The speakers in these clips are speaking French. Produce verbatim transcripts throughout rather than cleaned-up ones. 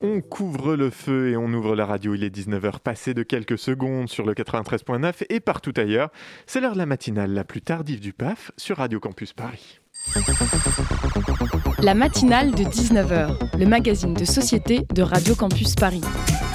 On couvre le feu et on ouvre la radio, il est dix-neuf heures passées de quelques secondes sur le quatre-vingt-treize virgule neuf et partout ailleurs. C'est l'heure de la matinale la plus tardive du P A F sur Radio Campus Paris. La matinale de dix-neuf heures, le magazine de société de Radio Campus Paris.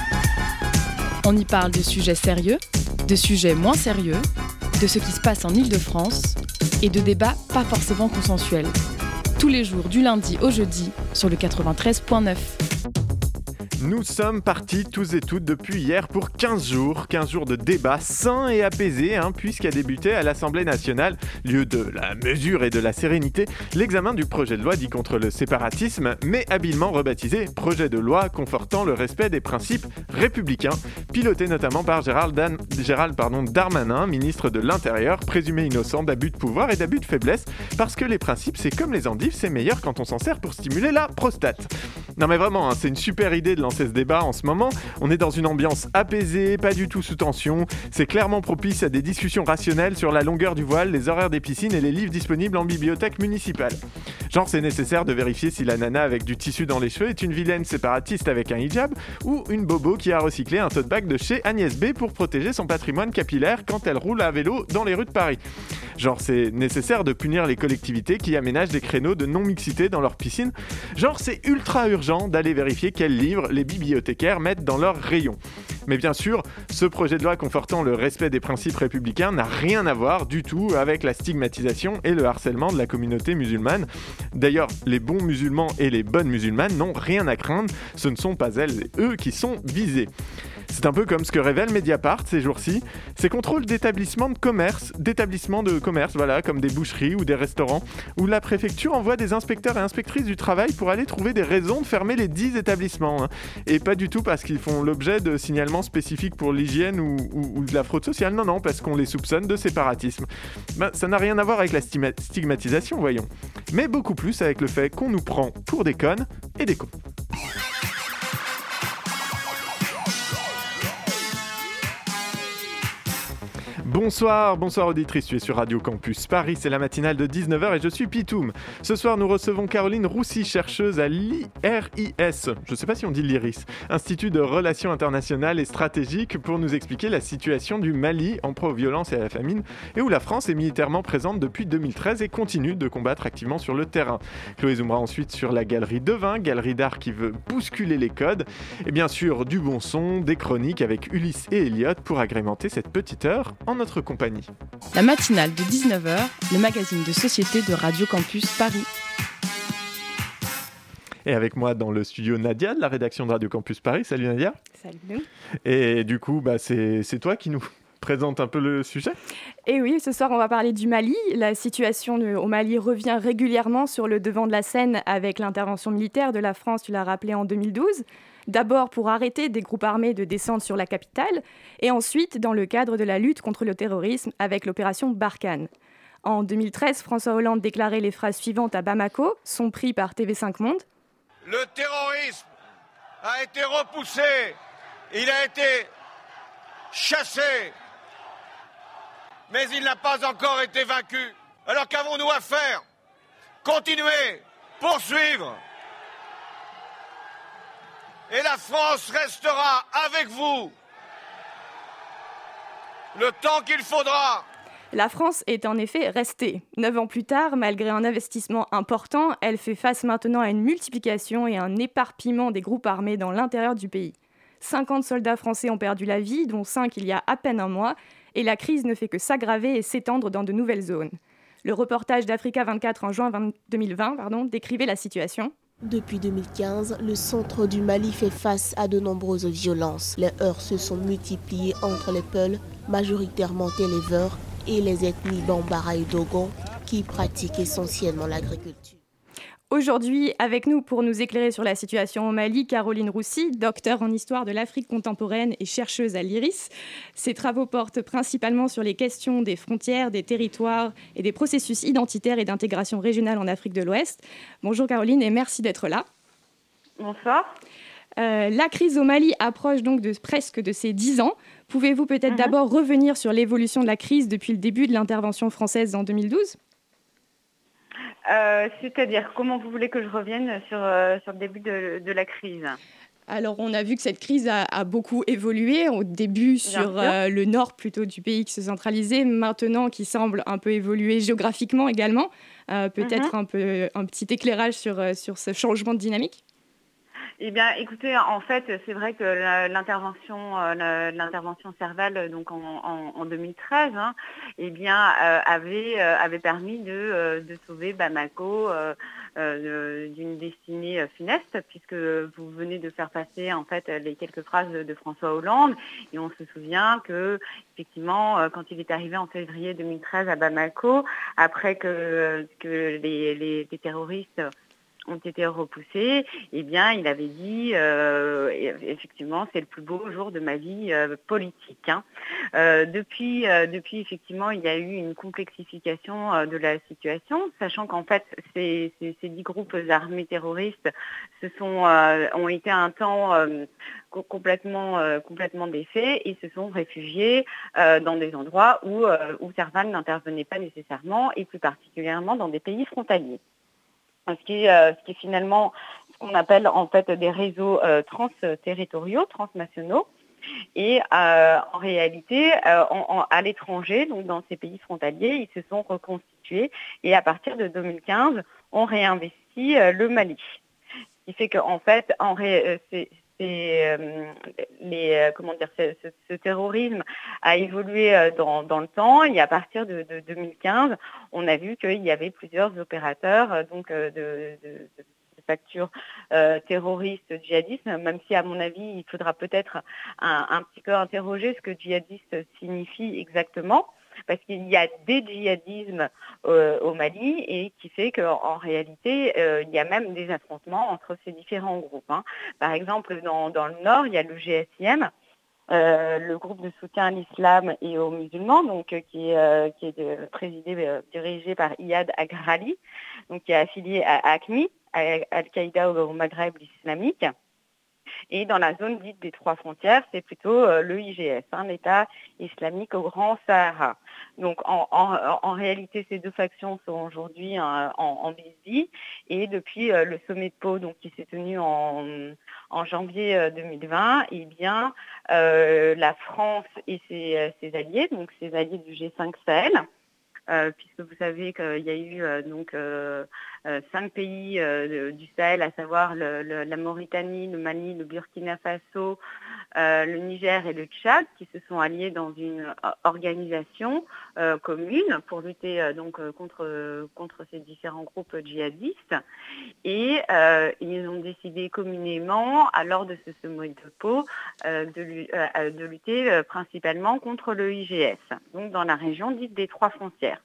On y parle de sujets sérieux, de sujets moins sérieux, de ce qui se passe en Île-de-France et de débats pas forcément consensuels. Tous les jours du lundi au jeudi sur le quatre-vingt-treize virgule neuf. Nous sommes partis tous et toutes depuis hier pour quinze jours, quinze jours de débats sains et apaisés, hein, puisqu'a débuté à l'Assemblée nationale, lieu de la mesure et de la sérénité, l'examen du projet de loi dit contre le séparatisme, mais habilement rebaptisé projet de loi confortant le respect des principes républicains, piloté notamment par Gérald, Dan... Gérald pardon, Darmanin, ministre de l'Intérieur, présumé innocent d'abus de pouvoir et d'abus de faiblesse, parce que les principes, c'est comme les endives, c'est meilleur quand on s'en sert pour stimuler la prostate. Non mais vraiment, hein, c'est une super idée de lancer ce débat en ce moment. On est dans une ambiance apaisée, pas du tout sous tension. C'est clairement propice à des discussions rationnelles sur la longueur du voile, les horaires des piscines et les livres disponibles en bibliothèque municipale. Genre, c'est nécessaire de vérifier si la nana avec du tissu dans les cheveux est une vilaine séparatiste avec un hijab ou une bobo qui a recyclé un tote bag de chez Agnès B pour protéger son patrimoine capillaire quand elle roule à vélo dans les rues de Paris. Genre, c'est nécessaire de punir les collectivités qui aménagent des créneaux de non-mixité dans leurs piscines. Genre, c'est ultra urgent d'aller vérifier quels livres les bibliothécaires mettent dans leurs rayons. Mais bien sûr, ce projet de loi confortant le respect des principes républicains n'a rien à voir du tout avec la stigmatisation et le harcèlement de la communauté musulmane. D'ailleurs, les bons musulmans et les bonnes musulmanes n'ont rien à craindre, ce ne sont pas elles et eux qui sont visés. C'est un peu comme ce que révèle Mediapart ces jours-ci. Ces contrôles d'établissements de commerce, d'établissements de commerce, voilà, comme des boucheries ou des restaurants, où la préfecture envoie des inspecteurs et inspectrices du travail pour aller trouver des raisons de fermer les dix établissements. Hein. Et pas du tout parce qu'ils font l'objet de signalements spécifiques pour l'hygiène ou, ou, ou de la fraude sociale, non, non, parce qu'on les soupçonne de séparatisme. Ben, ça n'a rien à voir avec la stigmatisation, voyons. Mais beaucoup plus avec le fait qu'on nous prend pour des connes et des cons. Bonsoir, bonsoir auditrice, tu es sur Radio Campus Paris, c'est la matinale de dix-neuf heures et je suis Pitoum. Ce soir, nous recevons Caroline Roussy, chercheuse à l'I R I S, je ne sais pas si on dit l'Iris, Institut de Relations Internationales et Stratégiques, pour nous expliquer la situation du Mali en proie aux violences et à la famine, et où la France est militairement présente depuis deux mille treize et continue de combattre activement sur le terrain. Chloé zoomera ensuite sur la galerie Devin, galerie d'art qui veut bousculer les codes, et bien sûr du bon son, des chroniques avec Ulysse et Elliot pour agrémenter cette petite heure en notre compagnie. La matinale de dix-neuf heures, le magazine de société de Radio Campus Paris. Et avec moi dans le studio Nadia de la rédaction de Radio Campus Paris. Salut Nadia. Salut. Et du coup, bah, c'est, c'est toi qui nous présente un peu le sujet. Et oui, ce soir on va parler du Mali. La situation de, au Mali revient régulièrement sur le devant de la scène avec l'intervention militaire de la France, tu l'as rappelé, en deux mille douze. D'abord pour arrêter des groupes armés de descendre sur la capitale, et ensuite dans le cadre de la lutte contre le terrorisme avec l'opération Barkhane. En deux mille treize, François Hollande déclarait les phrases suivantes à Bamako, son pris par T V cinq Monde. Le terrorisme a été repoussé, il a été chassé, mais il n'a pas encore été vaincu. Alors qu'avons-nous à faire ? Continuer, poursuivre. Et la France restera avec vous le temps qu'il faudra. La France est en effet restée. Neuf ans plus tard, malgré un investissement important, elle fait face maintenant à une multiplication et un éparpillement des groupes armés dans l'intérieur du pays. cinquante soldats français ont perdu la vie, dont cinq il y a à peine un mois, et la crise ne fait que s'aggraver et s'étendre dans de nouvelles zones. Le reportage d'Africa vingt-quatre en juin deux mille vingt pardon, décrivait la situation. Depuis deux mille quinze, le centre du Mali fait face à de nombreuses violences. Les heurts se sont multipliés entre les Peuls, majoritairement éleveurs, et les ethnies Bambara et Dogon, qui pratiquent essentiellement l'agriculture. Aujourd'hui, avec nous pour nous éclairer sur la situation au Mali, Caroline Roussy, docteure en histoire de l'Afrique contemporaine et chercheuse à l'Iris. Ses travaux portent principalement sur les questions des frontières, des territoires et des processus identitaires et d'intégration régionale en Afrique de l'Ouest. Bonjour Caroline et merci d'être là. Bonsoir. Euh, la crise au Mali approche donc de presque de ses dix ans. Pouvez-vous peut-être mmh. d'abord revenir sur l'évolution de la crise depuis le début de l'intervention française en deux mille douze ? Euh, c'est-à-dire, comment vous voulez que je revienne sur, euh, sur le début de, de la crise ? Alors, on a vu que cette crise a, a beaucoup évolué. Au début, sur euh, le nord plutôt du pays qui se centralisait, maintenant qui semble un peu évoluer géographiquement également. Euh, peut-être mm-hmm. un, peu, un petit éclairage sur, sur ce changement de dynamique. Eh bien, écoutez, en fait, c'est vrai que l'intervention, euh, l'intervention Serval, donc en, en, en deux mille treize, hein, eh bien, euh, avait, euh, avait permis de, euh, de sauver Bamako euh, euh, d'une destinée funeste, puisque vous venez de faire passer en fait les quelques phrases de, de François Hollande, et on se souvient que effectivement, quand il est arrivé en février deux mille treize à Bamako, après que, que les, les, les terroristes ont été repoussés, eh bien, il avait dit, euh, effectivement, c'est le plus beau jour de ma vie euh, politique. Hein. Euh, depuis, euh, depuis, effectivement, il y a eu une complexification euh, de la situation, sachant qu'en fait, ces, ces, ces dix groupes armés terroristes se sont, euh, ont été un temps euh, complètement, euh, complètement défaits et se sont réfugiés euh, dans des endroits où, euh, où Serval n'intervenait pas nécessairement, et plus particulièrement dans des pays frontaliers. Ce qui, est, euh, ce qui est finalement ce qu'on appelle en fait des réseaux euh, transterritoriaux, transnationaux. Et euh, en réalité, euh, en, en, à l'étranger, donc dans ces pays frontaliers, ils se sont reconstitués et à partir de deux mille quinze, on réinvestit euh, le Mali. Ce qui fait qu'en fait, en ré, euh, c'est, c'est, euh, les, euh, comment dire, ce, ce, ce terrorisme a évolué euh, dans, dans le temps, et à partir de, de deux mille quinze, on a vu qu'il y avait plusieurs opérateurs euh, donc, euh, de, de, de facture euh, terroriste, djihadiste, même si à mon avis, il faudra peut-être un, un petit peu interroger ce que djihadiste signifie exactement, parce qu'il y a des djihadismes euh, au Mali, et qui fait qu'en en réalité, euh, il y a même des affrontements entre ces différents groupes. Hein. Par exemple, dans, dans le nord, il y a le G S I M, Euh, le groupe de soutien à l'islam et aux musulmans, donc euh, qui est, euh, qui est de, présidé, euh, dirigé par Iyad Agrali, donc qui est affilié à A C M I, à Al-Qaïda au Maghreb islamique. Et dans la zone dite des trois frontières, c'est plutôt euh, le I G S, hein, l'État islamique au Grand Sahara. Donc en, en, en réalité, ces deux factions sont aujourd'hui en, en, en bisbille. Et depuis euh, le sommet de Pau, donc, qui s'est tenu en, en janvier euh, deux mille vingt, eh bien, euh, la France et ses, ses alliés, donc ses alliés du G cinq Sahel, Euh, puisque vous savez qu'il y a eu euh, donc euh, euh, cinq pays euh, du Sahel, à savoir le, le, la Mauritanie, le Mali, le Burkina Faso, euh, le Niger et le Tchad, qui se sont alliés dans une organisation euh, commune pour lutter euh, donc contre contre ces différents groupes djihadistes. Et euh, ils ont décidé communément, à lors de ce sommet de Pau, euh, de, euh, de lutter euh, principalement contre le I G S, donc dans la région dite des trois frontières.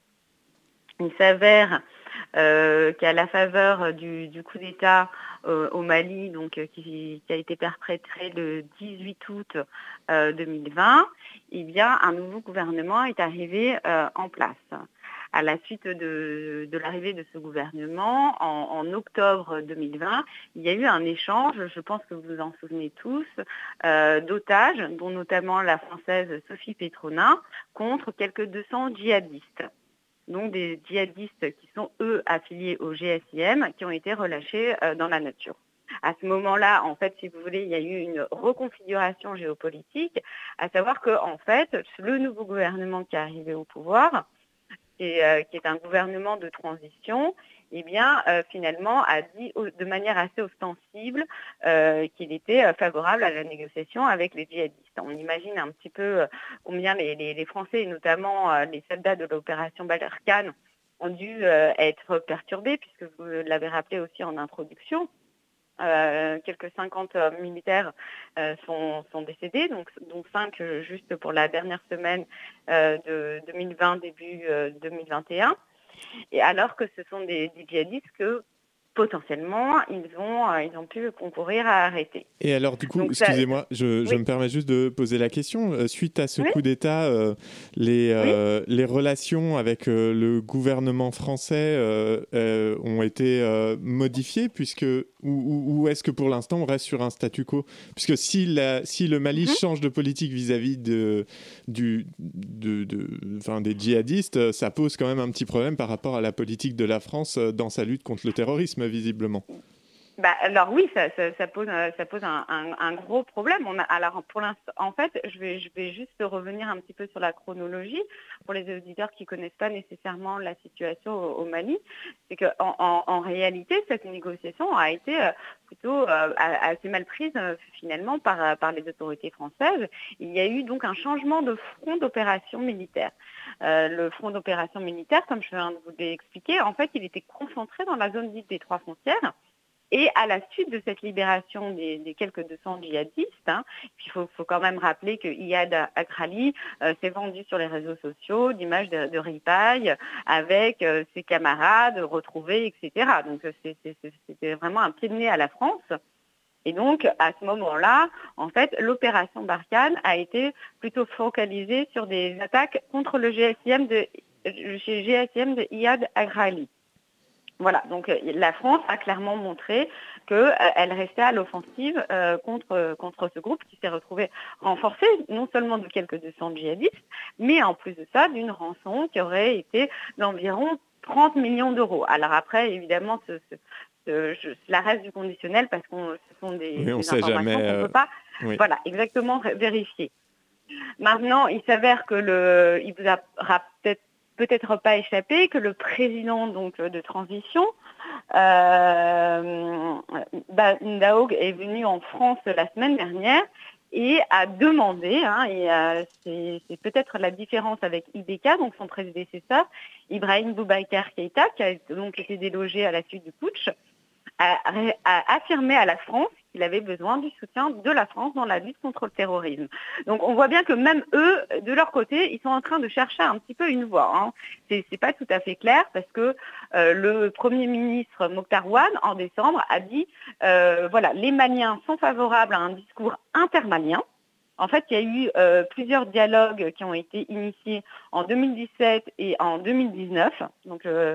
Il s'avère euh, qu'à la faveur du, du coup d'État euh, au Mali, donc, euh, qui, qui a été perpétré le dix-huit août euh, deux mille vingt, eh bien, un nouveau gouvernement est arrivé euh, en place. À la suite de, de l'arrivée de ce gouvernement, en, en octobre deux mille vingt, il y a eu un échange, je pense que vous vous en souvenez tous, euh, d'otages, dont notamment la française Sophie Petronin, contre quelques deux cents djihadistes. Donc des djihadistes qui sont, eux, affiliés au G S I M, qui ont été relâchés euh, dans la nature. À ce moment-là, en fait, si vous voulez, il y a eu une reconfiguration géopolitique, à savoir que, en fait, le nouveau gouvernement qui est arrivé au pouvoir, qui est, euh, qui est un gouvernement de transition, eh bien, euh, finalement, a dit de manière assez ostensible euh, qu'il était euh, favorable à la négociation avec les djihadistes. On imagine un petit peu euh, combien les, les, les Français, et notamment euh, les soldats de l'opération Barkhane, ont dû euh, être perturbés, puisque vous l'avez rappelé aussi en introduction. Euh, quelques cinquante euh, militaires euh, sont, sont décédés, donc, donc cinq euh, juste pour la dernière semaine euh, de deux mille vingt, début euh, deux mille vingt et un. Et alors que ce sont des, des djihadistes que potentiellement ils ont, euh, ils ont pu concourir à arrêter. Et alors du coup, Donc, excusez-moi, ça... je, je oui. me permets juste de poser la question. Euh, suite à ce oui. coup d'État, euh, les, euh, oui. les relations avec euh, le gouvernement français euh, euh, ont été euh, modifiées, puisque, ou, ou est-ce que pour l'instant on reste sur un statu quo ? Puisque si, la, si le Mali mm-hmm. change de politique vis-à-vis de, du, de, de, enfin, des djihadistes, ça pose quand même un petit problème par rapport à la politique de la France dans sa lutte contre le terrorisme, visiblement. Bah, alors oui, ça, ça, ça pose, ça pose un, un, un gros problème. On a, alors pour l'instant, en fait, je vais, je vais juste revenir un petit peu sur la chronologie pour les auditeurs qui ne connaissent pas nécessairement la situation au, au Mali. C'est qu'en en, en réalité, cette négociation a été plutôt euh, assez mal prise euh, finalement par, par les autorités françaises. Il y a eu donc un changement de front d'opération militaire. Euh, le front d'opération militaire, comme je viens de vous l'expliquer, en fait, il était concentré dans la zone dite des trois frontières. Et à la suite de cette libération des, des quelques deux cents djihadistes, hein, il faut, faut quand même rappeler que Iyad Agrali euh, s'est vendu sur les réseaux sociaux d'images de, de ripaille avec euh, ses camarades retrouvés, et cetera. Donc c'est, c'est, c'était vraiment un pied de nez à la France. Et donc, à ce moment-là, en fait, l'opération Barkhane a été plutôt focalisée sur des attaques contre le G S I M de, le G S I M de Iyad Agrali. Voilà, donc la France a clairement montré qu'elle euh, restait à l'offensive euh, contre, contre ce groupe qui s'est retrouvé renforcé, non seulement de quelques deux cents djihadistes, mais en plus de ça, d'une rançon qui aurait été d'environ trente millions d'euros. Alors après, évidemment, ce, ce, ce, je, cela reste du conditionnel parce que ce sont des, oui, on des sait informations jamais, qu'on ne euh... peut pas oui. voilà, exactement vérifier. Maintenant, il s'avère que le, il vous aura peut-être peut-être pas échappé que le président donc de transition, euh, Ndaoug, est venu en France la semaine dernière et a demandé, hein, et euh, c'est, c'est peut-être la différence avec I B K, donc son prédécesseur, Ibrahim Boubacar Keïta, qui a donc été délogé à la suite du putsch, a, a affirmé à la France qu'il avait besoin du soutien de la France dans la lutte contre le terrorisme. Donc on voit bien que même eux, de leur côté, ils sont en train de chercher un petit peu une voie. Hein. C'est, c'est pas tout à fait clair parce que euh, le Premier ministre Mokhtar Ouane, en décembre, a dit euh, voilà, les Maliens sont favorables à un discours intermalien. En fait, il y a eu euh, plusieurs dialogues qui ont été initiés en deux mille dix-sept et en deux mille dix-neuf. Donc euh,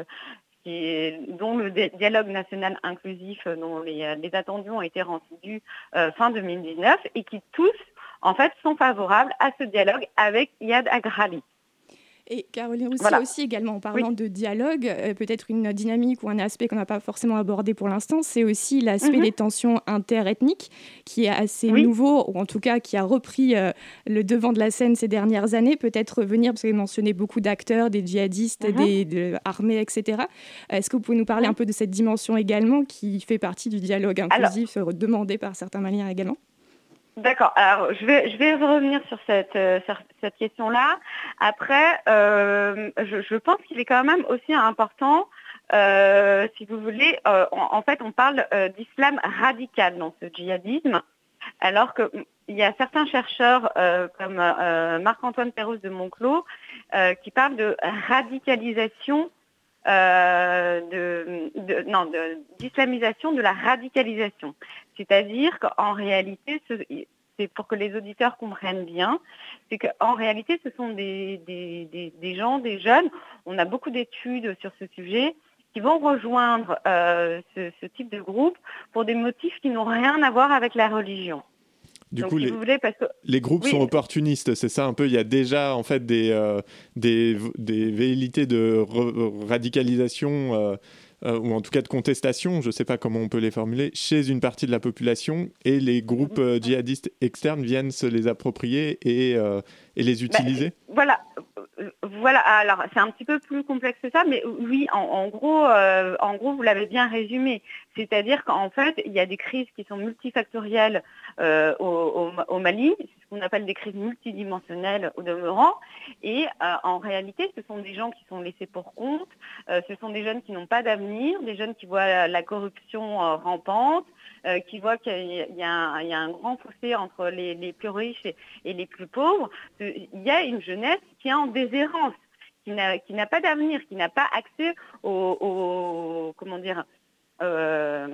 dont le dialogue national inclusif, dont les, les attendus ont été rendus euh, fin deux mille dix-neuf et qui tous, en fait, sont favorables à ce dialogue avec Iyad Agrali. Et Caroline Roussy, voilà. aussi également en parlant oui. de dialogue, euh, peut-être une dynamique ou un aspect qu'on n'a pas forcément abordé pour l'instant, c'est aussi l'aspect mm-hmm. des tensions interethniques qui est assez oui. nouveau, ou en tout cas qui a repris euh, le devant de la scène ces dernières années, peut-être revenir, parce que vous mentionnez beaucoup d'acteurs, des djihadistes, mm-hmm. des de armées, et cetera. Est-ce que vous pouvez nous parler mm-hmm. un peu de cette dimension également qui fait partie du dialogue inclusif Alors, demandé par certains Maliens également ? D'accord. Alors, je vais, je vais revenir sur cette, euh, sur cette question-là. Après, euh, je, je pense qu'il est quand même aussi important, euh, si vous voulez, euh, en, en fait, on parle euh, d'islam radical dans ce djihadisme, alors qu'il y a certains chercheurs euh, comme euh, Marc-Antoine Pérouse de Monclos euh, qui parlent de radicalisation Euh, de, de, non, de, d'islamisation de la radicalisation. C'est-à-dire qu'en réalité, ce, c'est pour que les auditeurs comprennent bien, c'est qu'en réalité, ce sont des, des, des, des gens, des jeunes, on a beaucoup d'études sur ce sujet, qui vont rejoindre euh, ce, ce type de groupe pour des motifs qui n'ont rien à voir avec la religion. Du Donc, coup, si les, vous voulez, parce que... les groupes oui. sont opportunistes, c'est ça un peu. Il y a déjà en fait des, euh, des, des velléités de re- radicalisation euh, euh, ou en tout cas de contestation, je ne sais pas comment on peut les formuler, chez une partie de la population et les groupes euh, djihadistes externes viennent se les approprier et, euh, et les utiliser. Bah, voilà. Voilà, alors c'est un petit peu plus complexe que ça, mais oui, en, en gros, euh, en gros, vous l'avez bien résumé. C'est-à-dire qu'en fait, il y a des crises qui sont multifactorielles euh, au, au, au Mali, c'est ce qu'on appelle des crises multidimensionnelles au demeurant, et euh, en réalité, ce sont des gens qui sont laissés pour compte, euh, ce sont des jeunes qui n'ont pas d'avenir, des jeunes qui voient la, la corruption euh, rampante, euh, qui voient qu'il y a, il y a, un, il y a un grand fossé entre les, les plus riches et, et les plus pauvres. Il y a une jeunesse qui est en déshérence, qui n'a, qui n'a pas d'avenir, qui n'a pas accès aux, aux comment dire, euh,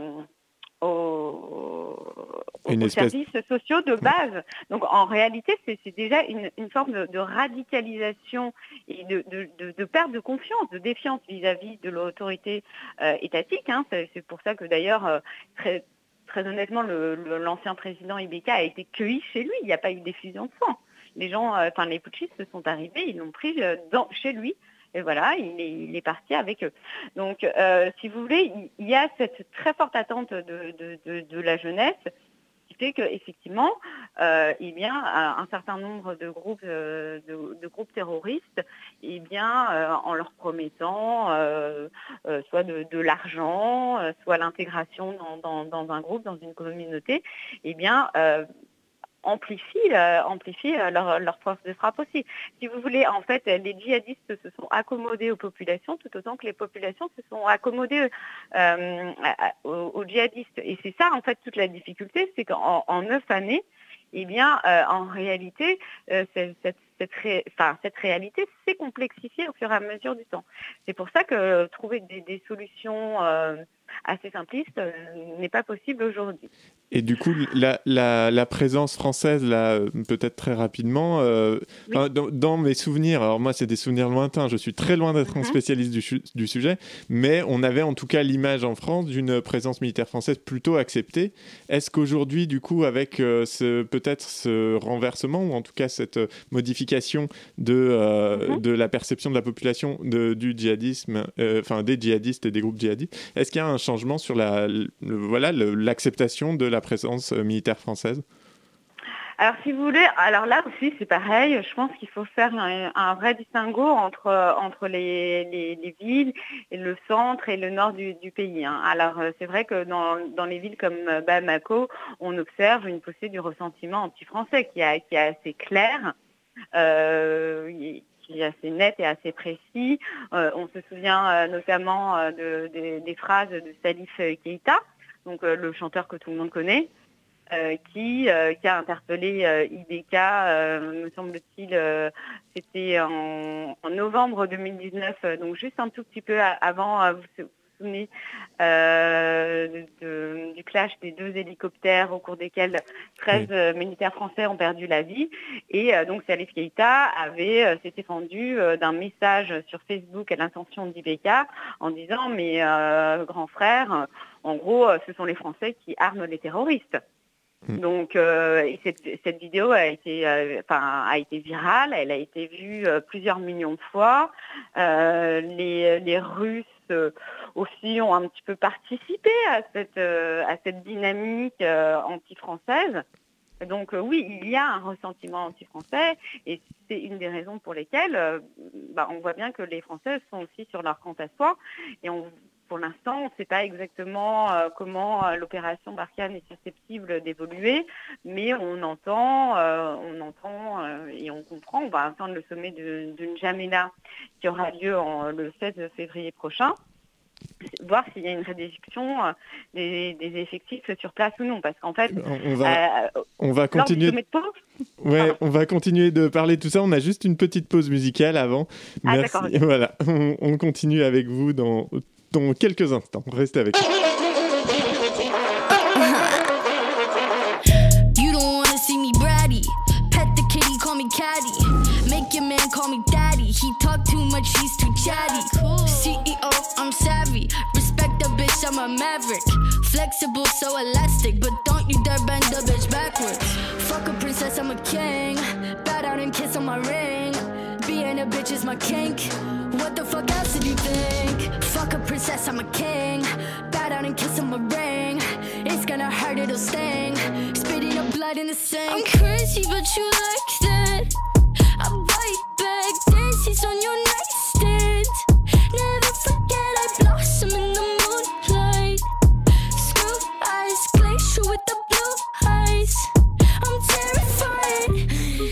aux, aux espèce... services sociaux de base. Donc en réalité, c'est, c'est déjà une, une forme de, de radicalisation et de, de, de, de perte de confiance, de défiance vis-à-vis de l'autorité euh, étatique. Hein. C'est, c'est pour ça que d'ailleurs, euh, très, très honnêtement, le, le, l'ancien président I B K a été cueilli chez lui. Il n'y a pas eu d'effusion de sang. Les gens, enfin euh, les putschistes sont arrivés, ils l'ont pris euh, dans, chez lui Et voilà, il est, il est parti avec eux. Donc, euh, si vous voulez, il y a cette très forte attente de, de, de, de la jeunesse qui fait qu'effectivement, euh, eh bien, un certain nombre de groupes, euh, de, de groupes terroristes, eh bien, euh, en leur promettant euh, euh, soit de, de l'argent, euh, soit l'intégration dans, dans, dans un groupe, dans une communauté, eh bien, euh, amplifient, euh, amplifient euh, leur, leur force de frappe aussi. Si vous voulez, en fait, les djihadistes se sont accommodés aux populations tout autant que les populations se sont accommodées euh, aux, aux djihadistes. Et c'est ça, en fait, toute la difficulté, c'est qu'en en neuf années, eh bien, euh, en réalité, euh, cette, cette, cette, ré, enfin, cette réalité s'est complexifiée au fur et à mesure du temps. C'est pour ça que trouver des, des solutions euh, assez simplistes euh, n'est pas possible aujourd'hui. Et du coup, la, la, la présence française, là, peut-être très rapidement, euh, oui. dans, dans mes souvenirs, alors moi c'est des souvenirs lointains, je suis très loin d'être mm-hmm. un spécialiste du, du sujet, mais on avait en tout cas l'image en France d'une présence militaire française plutôt acceptée. Est-ce qu'aujourd'hui, du coup, avec euh, ce, peut-être ce renversement, ou en tout cas cette modification de, euh, mm-hmm. de la perception de la population de, du djihadisme, enfin euh, des djihadistes et des groupes djihadistes, est-ce qu'il y a un changement sur la, le, voilà, le, l'acceptation de la présence militaire française? Alors, si vous voulez, alors là aussi, c'est pareil. Je pense qu'il faut faire un, un vrai distinguo entre, entre les, les, les villes, et le centre et le nord du, du pays. Hein. Alors, c'est vrai que dans, dans les villes comme Bamako, on observe une poussée du ressentiment anti-français qui, a, qui est assez clair, euh, qui est assez net et assez précis. Euh, on se souvient euh, notamment euh, de, de, des phrases de Salif Keïta, donc euh, le chanteur que tout le monde connaît, euh, qui, euh, qui a interpellé euh, I B K, euh, me semble-t-il, euh, c'était en, en novembre deux mille dix-neuf, donc juste un tout petit peu avant, euh, vous vous souvenez, euh, de, du clash des deux hélicoptères au cours desquels treize oui. euh, militaires français ont perdu la vie. Et euh, donc Salif Keïta avait euh, s'était fendu euh, d'un message sur Facebook à l'intention d'I B K en disant « mais euh, grand frère, en gros, ce sont les Français qui arment les terroristes ». Donc euh, et cette, cette vidéo a été, euh, enfin, a été virale, elle a été vue euh, plusieurs millions de fois. Euh, les, les Russes euh, aussi ont un petit peu participé à cette, euh, à cette dynamique euh, anti-française. Donc euh, oui, il y a un ressentiment anti-français et c'est une des raisons pour lesquelles euh, bah, on voit bien que les Français sont aussi sur leur compte à soi et on pour l'instant, on ne sait pas exactement euh, comment euh, l'opération Barkhane est susceptible d'évoluer, mais on entend, euh, on entend euh, et on comprend. On va attendre le sommet de, de N'Djamena qui aura lieu en, le seize février prochain, voir s'il y a une réduction euh, des, des effectifs sur place ou non, parce qu'en fait, on va, euh, on va continuer. De pause, ouais, on va continuer de parler de tout ça. On a juste une petite pause musicale avant. Ah, Merci. Voilà, on, on continue avec vous dans. Dans quelques instants, restez avec nous. You don't wanna see me bratty. Pet the kitty, call me caddy. Make your man call me daddy. He talk too much, he's too chatty. C E O, I'm savvy. Respect the bitch, I'm a maverick. Flexible, so elastic, but don't you dare bend the bitch backwards. Fuck a princess, I'm a king. Bow down and kiss on my ring. Being a bitch is my kink. What the fuck else did you think? Fuck a princess, I'm a king. Bow down and kiss on my ring. It's gonna hurt, it'll sting. Spitting up blood in the sink. I'm crazy, but you like that. I bite back, dances on your nightstand. Never forget I blossom in the moonlight. Screw eyes, glacier with the blue eyes. I'm terrified.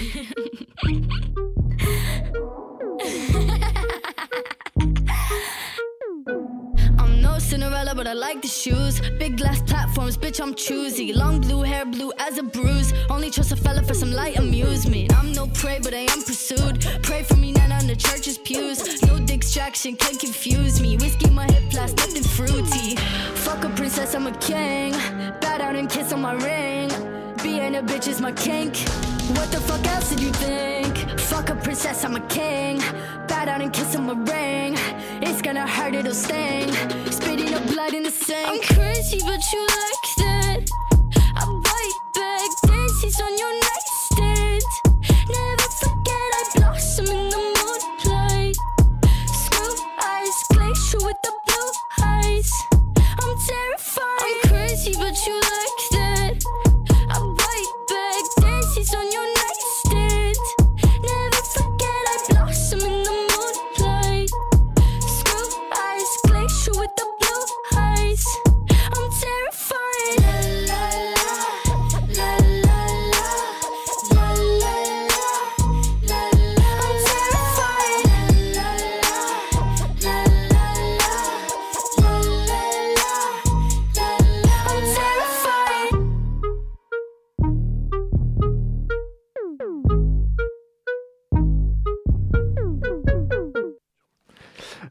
Cinderella, but I like the shoes. Big glass platforms, bitch, I'm choosy. Long blue hair, blue as a bruise. Only trust a fella for some light amusement. I'm no prey, but I am pursued. Pray for me, not on the church's pews. No distraction can confuse me. Whiskey, my hip blast, nothing fruity. Fuck a princess, I'm a king. Bow down and kiss on my ring. Being a bitch is my kink. What the fuck else did you think? Fuck a princess, I'm a king. Bow down and kiss on my ring. It's gonna hurt, it'll sting. Spitting up blood in the sink. I'm crazy, but you like that. I bite back, dances on your nightstand. Never forget I blossom in the moonlight.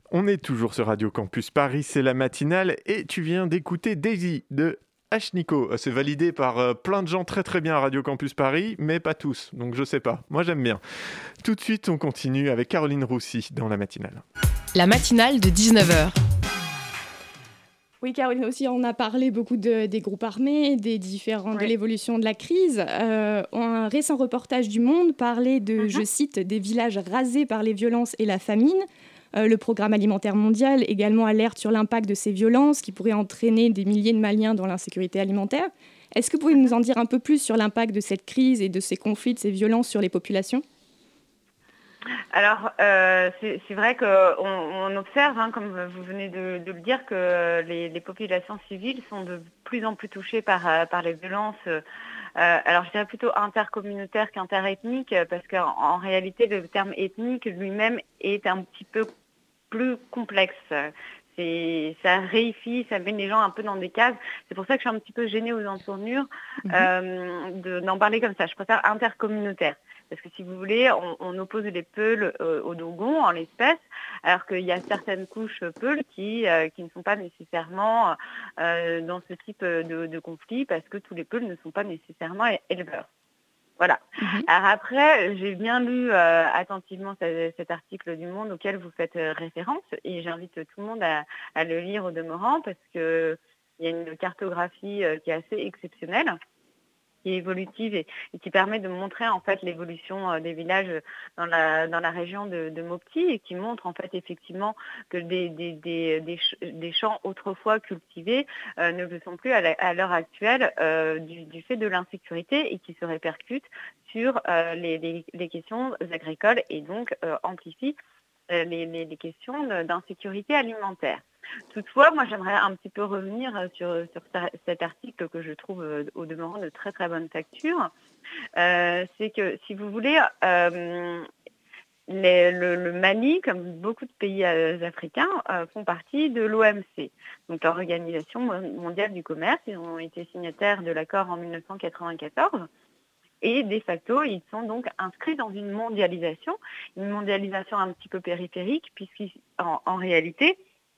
On est toujours sur Radio Campus Paris, c'est la matinale et tu viens d'écouter Daisy de Ashniko. C'est validé par euh, plein de gens très très bien à Radio Campus Paris, mais pas tous, donc je sais pas. Moi j'aime bien. Tout de suite, on continue avec Caroline Roussy dans la matinale. La matinale de dix-neuf heures. Oui, Caroline aussi, on a parlé beaucoup de, des groupes armés, des différents, oui. de l'évolution de la crise. Euh, un récent reportage du Monde parlait de, uh-huh. je cite, des villages rasés par les violences et la famine. Euh, le Programme alimentaire mondial également alerte sur l'impact de ces violences qui pourraient entraîner des milliers de Maliens dans l'insécurité alimentaire. Est-ce que vous pouvez nous en dire un peu plus sur l'impact de cette crise et de ces conflits, de ces violences sur les populations ? Alors, euh, c'est, c'est vrai qu'on on observe, hein, comme vous venez de, de le dire, que les, les populations civiles sont de plus en plus touchées par, par les violences. Euh, alors, je dirais plutôt intercommunautaires qu'interethniques, parce qu'en en réalité, le terme ethnique lui-même est un petit peu plus complexe. C'est, ça réifie, ça met les gens un peu dans des cases. C'est pour ça que je suis un petit peu gênée aux entournures mmh. euh, de, d'en parler comme ça. Je préfère intercommunautaire. Parce que si vous voulez, on, on oppose les Peuls euh, aux Dogons en l'espèce, alors qu'il y a certaines couches Peuls qui, euh, qui ne sont pas nécessairement euh, dans ce type de, de conflit, parce que tous les Peuls ne sont pas nécessairement éleveurs. Voilà. Mm-hmm. Alors après, j'ai bien lu euh, attentivement cet, cet article du Monde auquel vous faites euh, référence, et j'invite tout le monde à, à le lire au demeurant, parce qu'il y a une cartographie euh, qui est assez exceptionnelle, qui est évolutive et, et qui permet de montrer en fait l'évolution euh, des villages dans la dans la région de, de Mopti, et qui montre en fait effectivement que des des des des, ch- des champs autrefois cultivés euh, ne le sont plus à, la, à l'heure actuelle euh, du, du fait de l'insécurité, et qui se répercute sur euh, les, les les questions agricoles, et donc euh, amplifie euh, les, les les questions d'insécurité alimentaire. Toutefois, moi, j'aimerais un petit peu revenir sur, sur cet article que je trouve euh, au demeurant de très très bonne facture. Euh, c'est que, si vous voulez, euh, les, le, le Mali, comme beaucoup de pays euh, africains, euh, font partie de l'O M C, donc l'Organisation mondiale du commerce. Ils ont été signataires de l'accord en dix-neuf cent quatre-vingt-quatorze. Et de facto, ils sont donc inscrits dans une mondialisation, une mondialisation un petit peu périphérique, puisqu'en en réalité,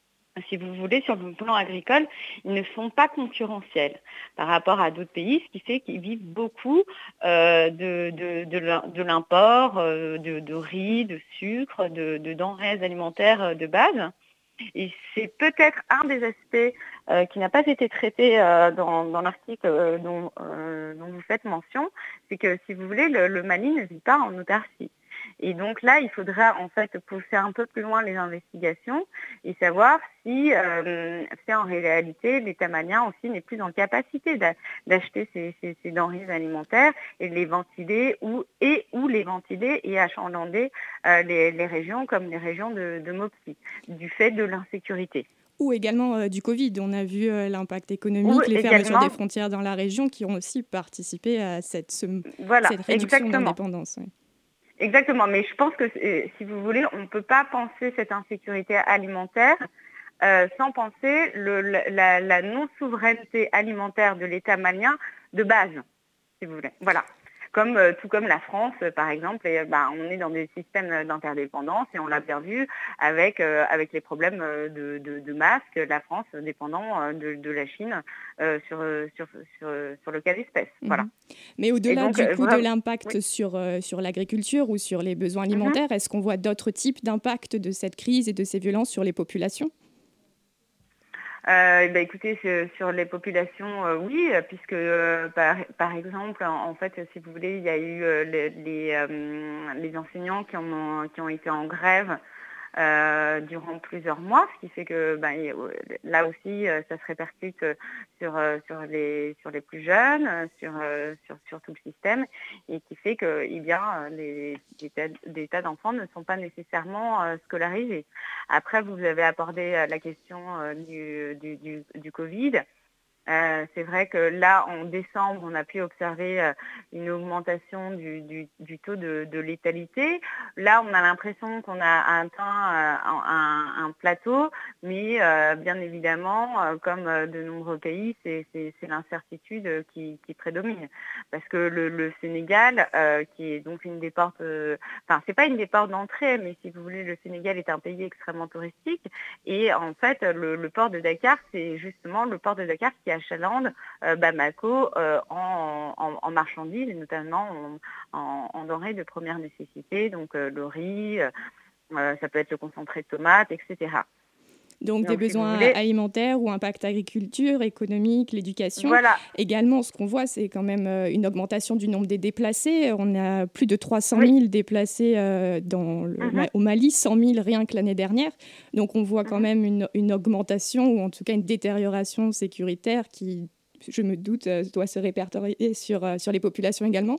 si vous voulez, sur le plan agricole, ils ne sont pas concurrentiels par rapport à d'autres pays, ce qui fait qu'ils vivent beaucoup euh, de, de, de l'import, euh, de, de riz, de sucre, de, de denrées alimentaires de base. Et c'est peut-être un des aspects euh, qui n'a pas été traité euh, dans, dans l'article euh, dont, euh, dont vous faites mention, c'est que, si vous voulez, le, le Mali ne vit pas en autarcie. Et donc là, il faudra en fait pousser un peu plus loin les investigations et savoir si, euh, si en réalité l'État malien aussi n'est plus en capacité d'a- d'acheter ces, ces, ces denrées alimentaires et de les ventiler ou, et ou les ventiler et achalander euh, les, les régions comme les régions de, de Mopti, du fait de l'insécurité. Ou également euh, du Covid. On a vu euh, l'impact économique, Ou les également, fermetures des frontières dans la région qui ont aussi participé à cette, ce, voilà, cette réduction exactement. d'indépendance. Oui. Exactement, mais je pense que, si vous voulez, on ne peut pas penser cette insécurité alimentaire euh, sans penser le, la, la non-souveraineté alimentaire de l'État malien de base, si vous voulez. Voilà. Comme, euh, tout comme la France, euh, par exemple, et, bah, on est dans des systèmes d'interdépendance, et on l'a bien vu avec, euh, avec les problèmes de, de, de masques, la France dépendant euh, de, de la Chine euh, sur, sur, sur, sur le cas d'espèce. Mmh. Voilà. Mais au-delà donc, du coup euh, de l'impact oui. sur, euh, sur l'agriculture ou sur les besoins alimentaires, mmh. est-ce qu'on voit d'autres types d'impacts de cette crise et de ces violences sur les populations ? Euh, bah, écoutez, sur les populations, euh, oui, puisque euh, par, par exemple, en, en fait, si vous voulez, il y a eu euh, les, les, euh, les enseignants qui ont, qui ont été en grève euh, durant plusieurs mois, ce qui fait que bah, là aussi, ça se répercute sur, sur, les, sur les plus jeunes, sur, sur, sur tout le système, et qui fait que eh bien, les, des, tas, des tas d'enfants ne sont pas nécessairement euh, scolarisés. Après, vous avez abordé la question euh, du, du, du, du Covid. Euh, c'est vrai que là, en décembre, on a pu observer euh, une augmentation du, du, du taux de, de létalité. Là, on a l'impression qu'on a atteint euh, un, un plateau, mais euh, bien évidemment, euh, comme euh, de nombreux pays, c'est, c'est, c'est l'incertitude qui, qui prédomine. Parce que le, le Sénégal, euh, qui est donc une des portes, euh, enfin, c'est pas une des portes d'entrée, mais si vous voulez, le Sénégal est un pays extrêmement touristique. Et en fait, le, le port de Dakar, c'est justement le port de Dakar qui achalandent euh, Bamako euh, en, en, en marchandises, et notamment en, en, en denrées de première nécessité, donc euh, le riz, euh, ça peut être le concentré de tomates, et cetera. Donc, Donc des si besoins voulez, alimentaires ou impact agriculture, économique, l'éducation. voilà. Également, ce qu'on voit, c'est quand même euh, une augmentation du nombre des déplacés. On a plus de trois cent mille oui. déplacés euh, dans le, mm-hmm. au Mali, cent mille rien que l'année dernière. Donc, on voit quand mm-hmm. même une, une augmentation ou en tout cas une détérioration sécuritaire qui, je me doute, euh, doit se répertorier sur, euh, sur les populations également.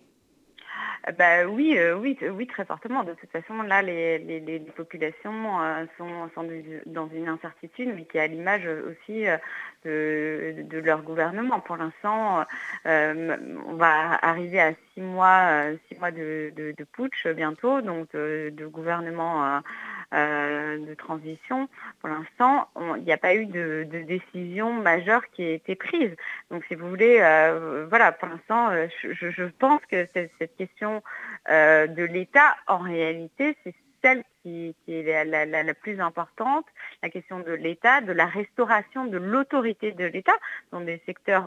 Bah oui, euh, oui, oui, très fortement. De toute façon, là, les, les, les populations euh, sont, sont dans une incertitude, mais qui est à l'image aussi euh, de, de leur gouvernement. Pour l'instant, euh, on va arriver à six mois, euh, six mois de, de, de putsch bientôt, donc de, de gouvernement euh, euh, de transition. Pour l'instant, il n'y a pas eu de, de décision majeure qui a été prise. Donc, si vous voulez, euh, voilà, pour l'instant, je, je pense que cette, cette question Euh, de l'État, en réalité, c'est celle qui, qui est la, la, la, la plus importante, la question de l'État, de la restauration de l'autorité de l'État dans des secteurs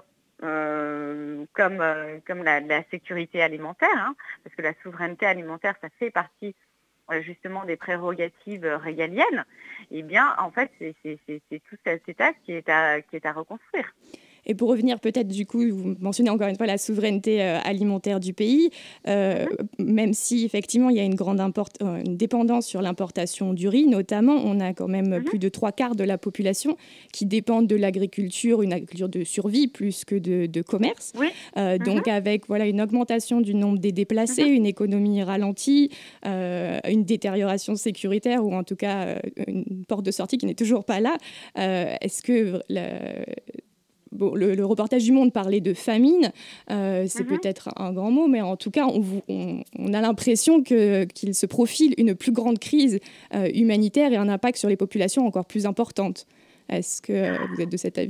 euh, comme, euh, comme la, la sécurité alimentaire, hein, parce que la souveraineté alimentaire, ça fait partie euh, justement des prérogatives régaliennes. Eh bien, en fait, c'est, c'est, c'est, c'est tout cet État qui est à, qui est à reconstruire. Et pour revenir peut-être, du coup, vous mentionnez encore une fois la souveraineté euh, alimentaire du pays, euh, mmh. même si effectivement il y a une grande import- euh, une dépendance sur l'importation du riz, notamment, on a quand même mmh. plus de trois quarts de la population qui dépendent de l'agriculture, une agriculture de survie plus que de, de commerce. Oui. Euh, donc mmh. avec voilà, une augmentation du nombre des déplacés, mmh. une économie ralentie, euh, une détérioration sécuritaire ou en tout cas euh, une porte de sortie qui n'est toujours pas là, euh, est-ce que... La, Bon, le, le reportage du Monde parlait de famine, euh, c'est mm-hmm. peut-être un grand mot, mais en tout cas, on, on, on a l'impression que, qu'il se profile une plus grande crise euh, humanitaire et un impact sur les populations encore plus importante. Est-ce que euh, vous êtes de cet avis ?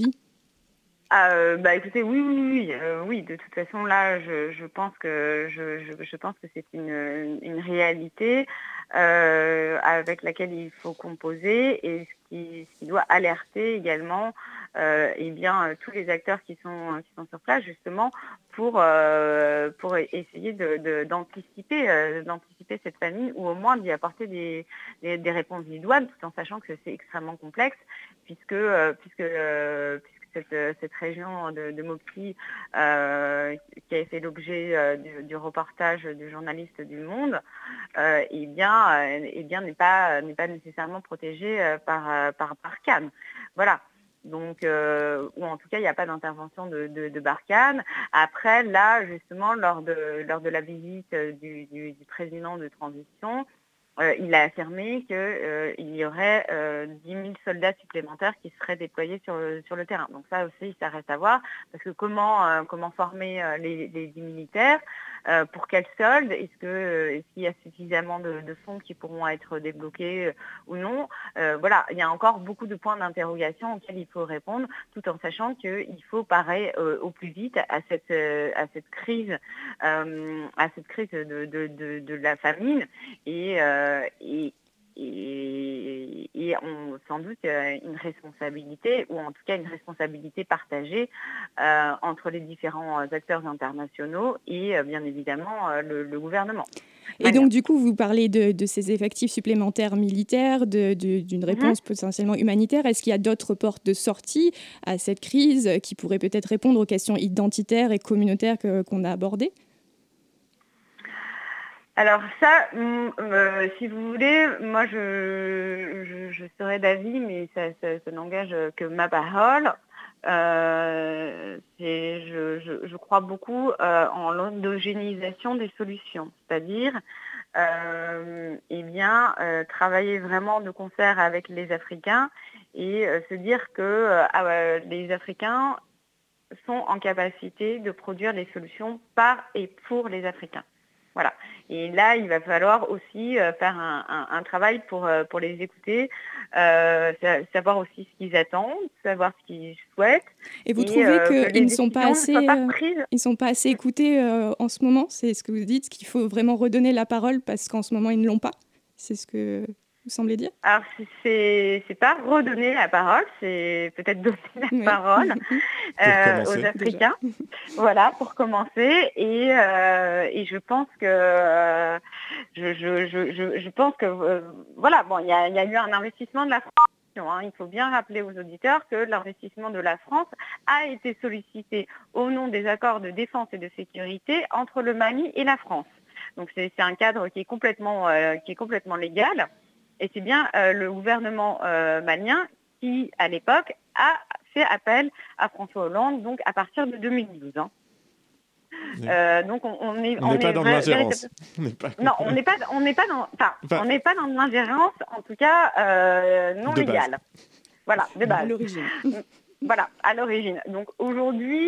Euh, bah écoutez, oui, oui, oui, euh, oui. De toute façon, là, je, je pense que je, je, je pense que c'est une, une réalité euh, avec laquelle il faut composer et ce qui, ce qui doit alerter également, euh, eh bien, tous les acteurs qui sont qui sont sur place justement pour euh, pour essayer de, de, d'anticiper euh, d'anticiper cette famine ou au moins d'y apporter des, des, des réponses idoines, tout en sachant que c'est extrêmement complexe puisque euh, puisque euh, Cette, cette région de, de Mopti euh, qui a fait l'objet euh, du, du reportage du journaliste du Monde, euh, eh bien, euh, eh bien n'est pas n'est pas nécessairement protégée euh, par par Barkhane. Voilà. Donc, euh, ou en tout cas, il n'y a pas d'intervention de, de, de Barkhane. Après, là, justement, lors de lors de la visite du, du, du président de transition. Euh, il a affirmé qu'il euh, y aurait euh, dix mille soldats supplémentaires qui seraient déployés sur le, sur le terrain. Donc ça aussi, ça reste à voir, parce que comment, euh, comment former euh, les, les militaires, euh, pour quels soldes, est-ce que, euh, est-ce qu'il y a suffisamment de, de fonds qui pourront être débloqués euh, ou non. Euh, voilà, il y a encore beaucoup de points d'interrogation auxquels il faut répondre, tout en sachant qu'il faut parer euh, au plus vite à cette, euh, à cette crise, euh, à cette crise de, de, de, de la famine et euh, Et, et, et on, sans doute une responsabilité, ou en tout cas une responsabilité partagée euh, entre les différents acteurs internationaux et euh, bien évidemment euh, le, le gouvernement. Et donc du coup, vous parlez de, de ces effectifs supplémentaires militaires, de, de, d'une réponse mmh. potentiellement humanitaire. Est-ce qu'il y a d'autres portes de sortie à cette crise qui pourraient peut-être répondre aux questions identitaires et communautaires que, qu'on a abordées ? Alors ça, euh, si vous voulez, moi je, je, je serais d'avis, mais ça, ça, ça n'engage que ma parole. Euh, c'est, je, je, je crois beaucoup euh, en l'endogénisation des solutions, c'est-à-dire euh, eh bien, euh, travailler vraiment de concert avec les Africains et euh, se dire que euh, les Africains sont en capacité de produire les solutions par et pour les Africains. Voilà. Et là, il va falloir aussi euh, faire un, un, un travail pour, euh, pour les écouter, euh, savoir aussi ce qu'ils attendent, savoir ce qu'ils souhaitent. Et vous et, trouvez euh, qu'ils ne sont pas assez, pas euh, ils sont pas assez écoutés euh, en ce moment? C'est ce que vous dites, qu'il faut vraiment redonner la parole parce qu'en ce moment, ils ne l'ont pas? C'est ce que vous semblez dire? Alors, c'est, c'est pas redonner la parole, c'est peut-être donner la oui. parole euh, aux Africains. Voilà, pour commencer. Et, euh, et je pense que euh, je, je, je, je pense que euh, voilà, bon, il y a, y a eu un investissement de la France. Hein. Il faut bien rappeler aux auditeurs que l'investissement de la France a été sollicité au nom des accords de défense et de sécurité entre le Mali et la France. Donc c'est, c'est un cadre qui est complètement, euh, qui est complètement légal. Et c'est bien euh, le gouvernement euh, malien qui, à l'époque, a fait appel à François Hollande, donc à partir de deux mille douze. Hein. Oui. Euh, donc on, on est, on n'est pas est dans vrai, l'ingérence. On n'est pas... Non, on n'est pas, on n'est pas dans, enfin, enfin, on n'est pas dans l'ingérence, en tout cas euh, non légale. Voilà, de base. À l'origine. Voilà, à l'origine. Donc aujourd'hui,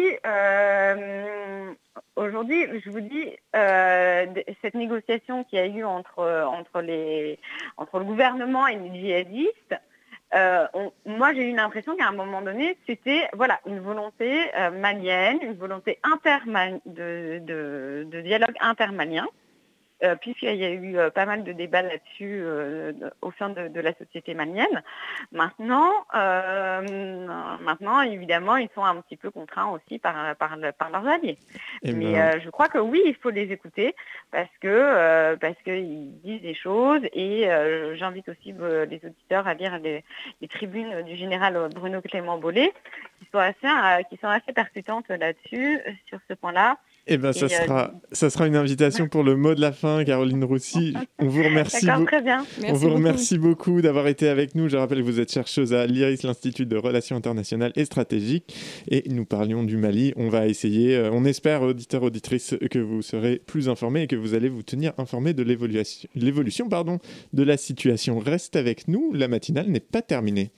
euh, aujourd'hui, je vous dis, euh, cette négociation qu'il y a eu entre, entre, les, entre le gouvernement et les djihadistes, euh, on, moi j'ai eu l'impression qu'à un moment donné, c'était voilà, une volonté euh, malienne, une volonté interma- de, de, de dialogue intermalien. Euh, puisqu'il y a eu euh, pas mal de débats là-dessus euh, de, au sein de, de la société malienne. Maintenant, euh, maintenant, évidemment, ils sont un petit peu contraints aussi par, par, par leurs alliés. Et Mais ben... euh, je crois que oui, il faut les écouter parce que euh, parce qu'ils disent des choses et euh, j'invite aussi euh, les auditeurs à lire les, les tribunes du général Bruno Clément Bollet qui sont assez, euh, qui sont assez percutantes là-dessus, sur ce point-là. Eh bien, ça, sera, ça sera une invitation pour le mot de la fin, Caroline Roussy. On vous remercie, D'accord, be- très bien. On vous remercie beaucoup. beaucoup d'avoir été avec nous. Je rappelle que vous êtes chercheuse à l'I R I S, l'Institut de Relations Internationales et Stratégiques. Et nous parlions du Mali. On va essayer, euh, on espère, auditeurs, auditrices, que vous serez plus informés et que vous allez vous tenir informés de l'évolution, l'évolution pardon, de la situation. Reste avec nous, la matinale n'est pas terminée.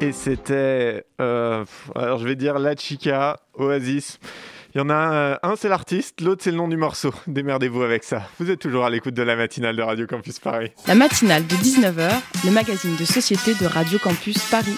Et c'était, euh, alors je vais dire La Chica, Oasis. Il y en a un, un c'est l'artiste, l'autre c'est le nom du morceau. Démerdez-vous avec ça. Vous êtes toujours à l'écoute de la matinale de Radio Campus Paris. La matinale de dix-neuf heures, le magazine de société de Radio Campus Paris.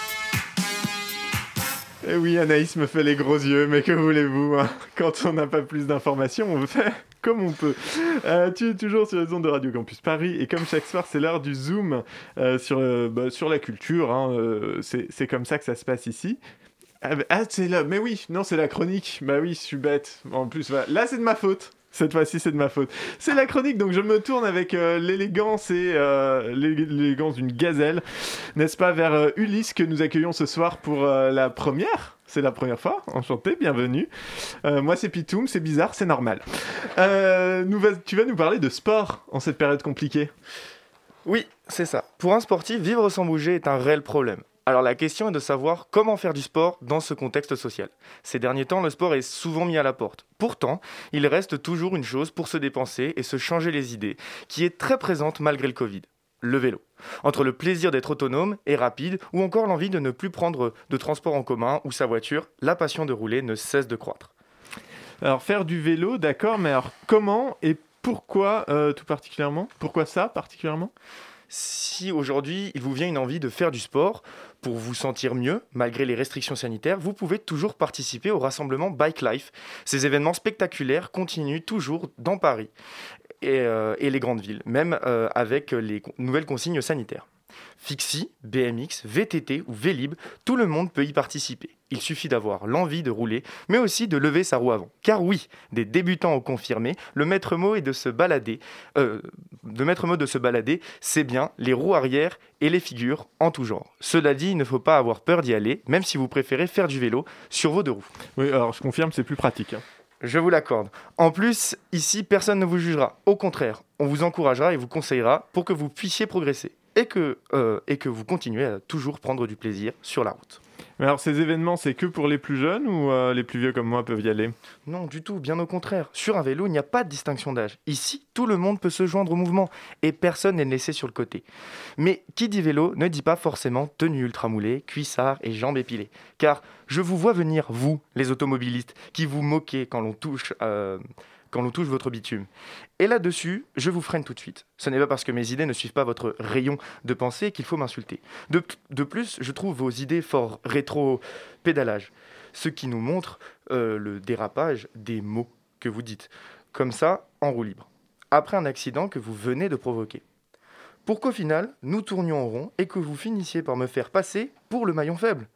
Et oui, Anaïs me fait les gros yeux, mais que voulez-vous, hein, quand on n'a pas plus d'informations, on fait comme on peut. Euh, tu es toujours sur les ondes de Radio Campus Paris, et comme chaque soir, c'est l'heure du Zoom euh, sur, euh, bah, sur la culture. Hein, euh, c'est, c'est comme ça que ça se passe ici. Ah, c'est là, mais oui, non, c'est la chronique. Bah oui, je suis bête. En plus, voilà. Là, c'est de ma faute. Cette fois-ci, c'est de ma faute. C'est la chronique, donc je me tourne avec euh, l'élégance et euh, l'élégance d'une gazelle, n'est-ce pas, vers euh, Ulysse que nous accueillons ce soir pour euh, la première. C'est la première fois. Enchanté, bienvenue. Euh, moi, c'est Pitoum, c'est bizarre, c'est normal. Euh, nous va... Tu vas nous parler de sport en cette période compliquée. Oui, c'est ça. Pour un sportif, vivre sans bouger est un réel problème. Alors la question est de savoir comment faire du sport dans ce contexte social. Ces derniers temps, le sport est souvent mis à la porte. Pourtant, il reste toujours une chose pour se dépenser et se changer les idées, qui est très présente malgré le Covid. Le vélo. Entre le plaisir d'être autonome et rapide, ou encore l'envie de ne plus prendre de transport en commun ou sa voiture, la passion de rouler ne cesse de croître. Alors faire du vélo, d'accord, mais alors comment et pourquoi euh, tout particulièrement ? Pourquoi ça particulièrement ? Si aujourd'hui il vous vient une envie de faire du sport pour vous sentir mieux, malgré les restrictions sanitaires, vous pouvez toujours participer au rassemblement Bike Life. Ces événements spectaculaires continuent toujours dans Paris et, euh, et les grandes villes, même euh, avec les nouvelles consignes sanitaires. Fixie, B M X, V T T ou Vélib, tout le monde peut y participer. Il suffit d'avoir l'envie de rouler, mais aussi de lever sa roue avant. Car oui, des débutants ont confirmé, le maître mot est de se balader. Euh, le maître mot de se balader, c'est bien les roues arrière et les figures en tout genre. Cela dit, il ne faut pas avoir peur d'y aller, même si vous préférez faire du vélo sur vos deux roues. Oui, alors je confirme, c'est plus pratique. Hein. Je vous l'accorde. En plus, ici, personne ne vous jugera. Au contraire, on vous encouragera et vous conseillera pour que vous puissiez progresser. Et que, euh, et que vous continuez à toujours prendre du plaisir sur la route. Mais alors ces événements, c'est que pour les plus jeunes ou euh, les plus vieux comme moi peuvent y aller ? Non, du tout, bien au contraire. Sur un vélo, il n'y a pas de distinction d'âge. Ici, tout le monde peut se joindre au mouvement et personne n'est laissé sur le côté. Mais qui dit vélo ne dit pas forcément tenue ultramoulée, cuissard et jambes épilées. Car je vous vois venir, vous, les automobilistes, qui vous moquez quand l'on touche... Euh, quand l'on touche votre bitume. Et là-dessus, je vous freine tout de suite. Ce n'est pas parce que mes idées ne suivent pas votre rayon de pensée qu'il faut m'insulter. De, de plus, je trouve vos idées fort rétro-pédalage, ce qui nous montre euh, le dérapage des mots que vous dites, comme ça, en roue libre, après un accident que vous venez de provoquer. Pour qu'au final, nous tournions en rond et que vous finissiez par me faire passer pour le maillon faible.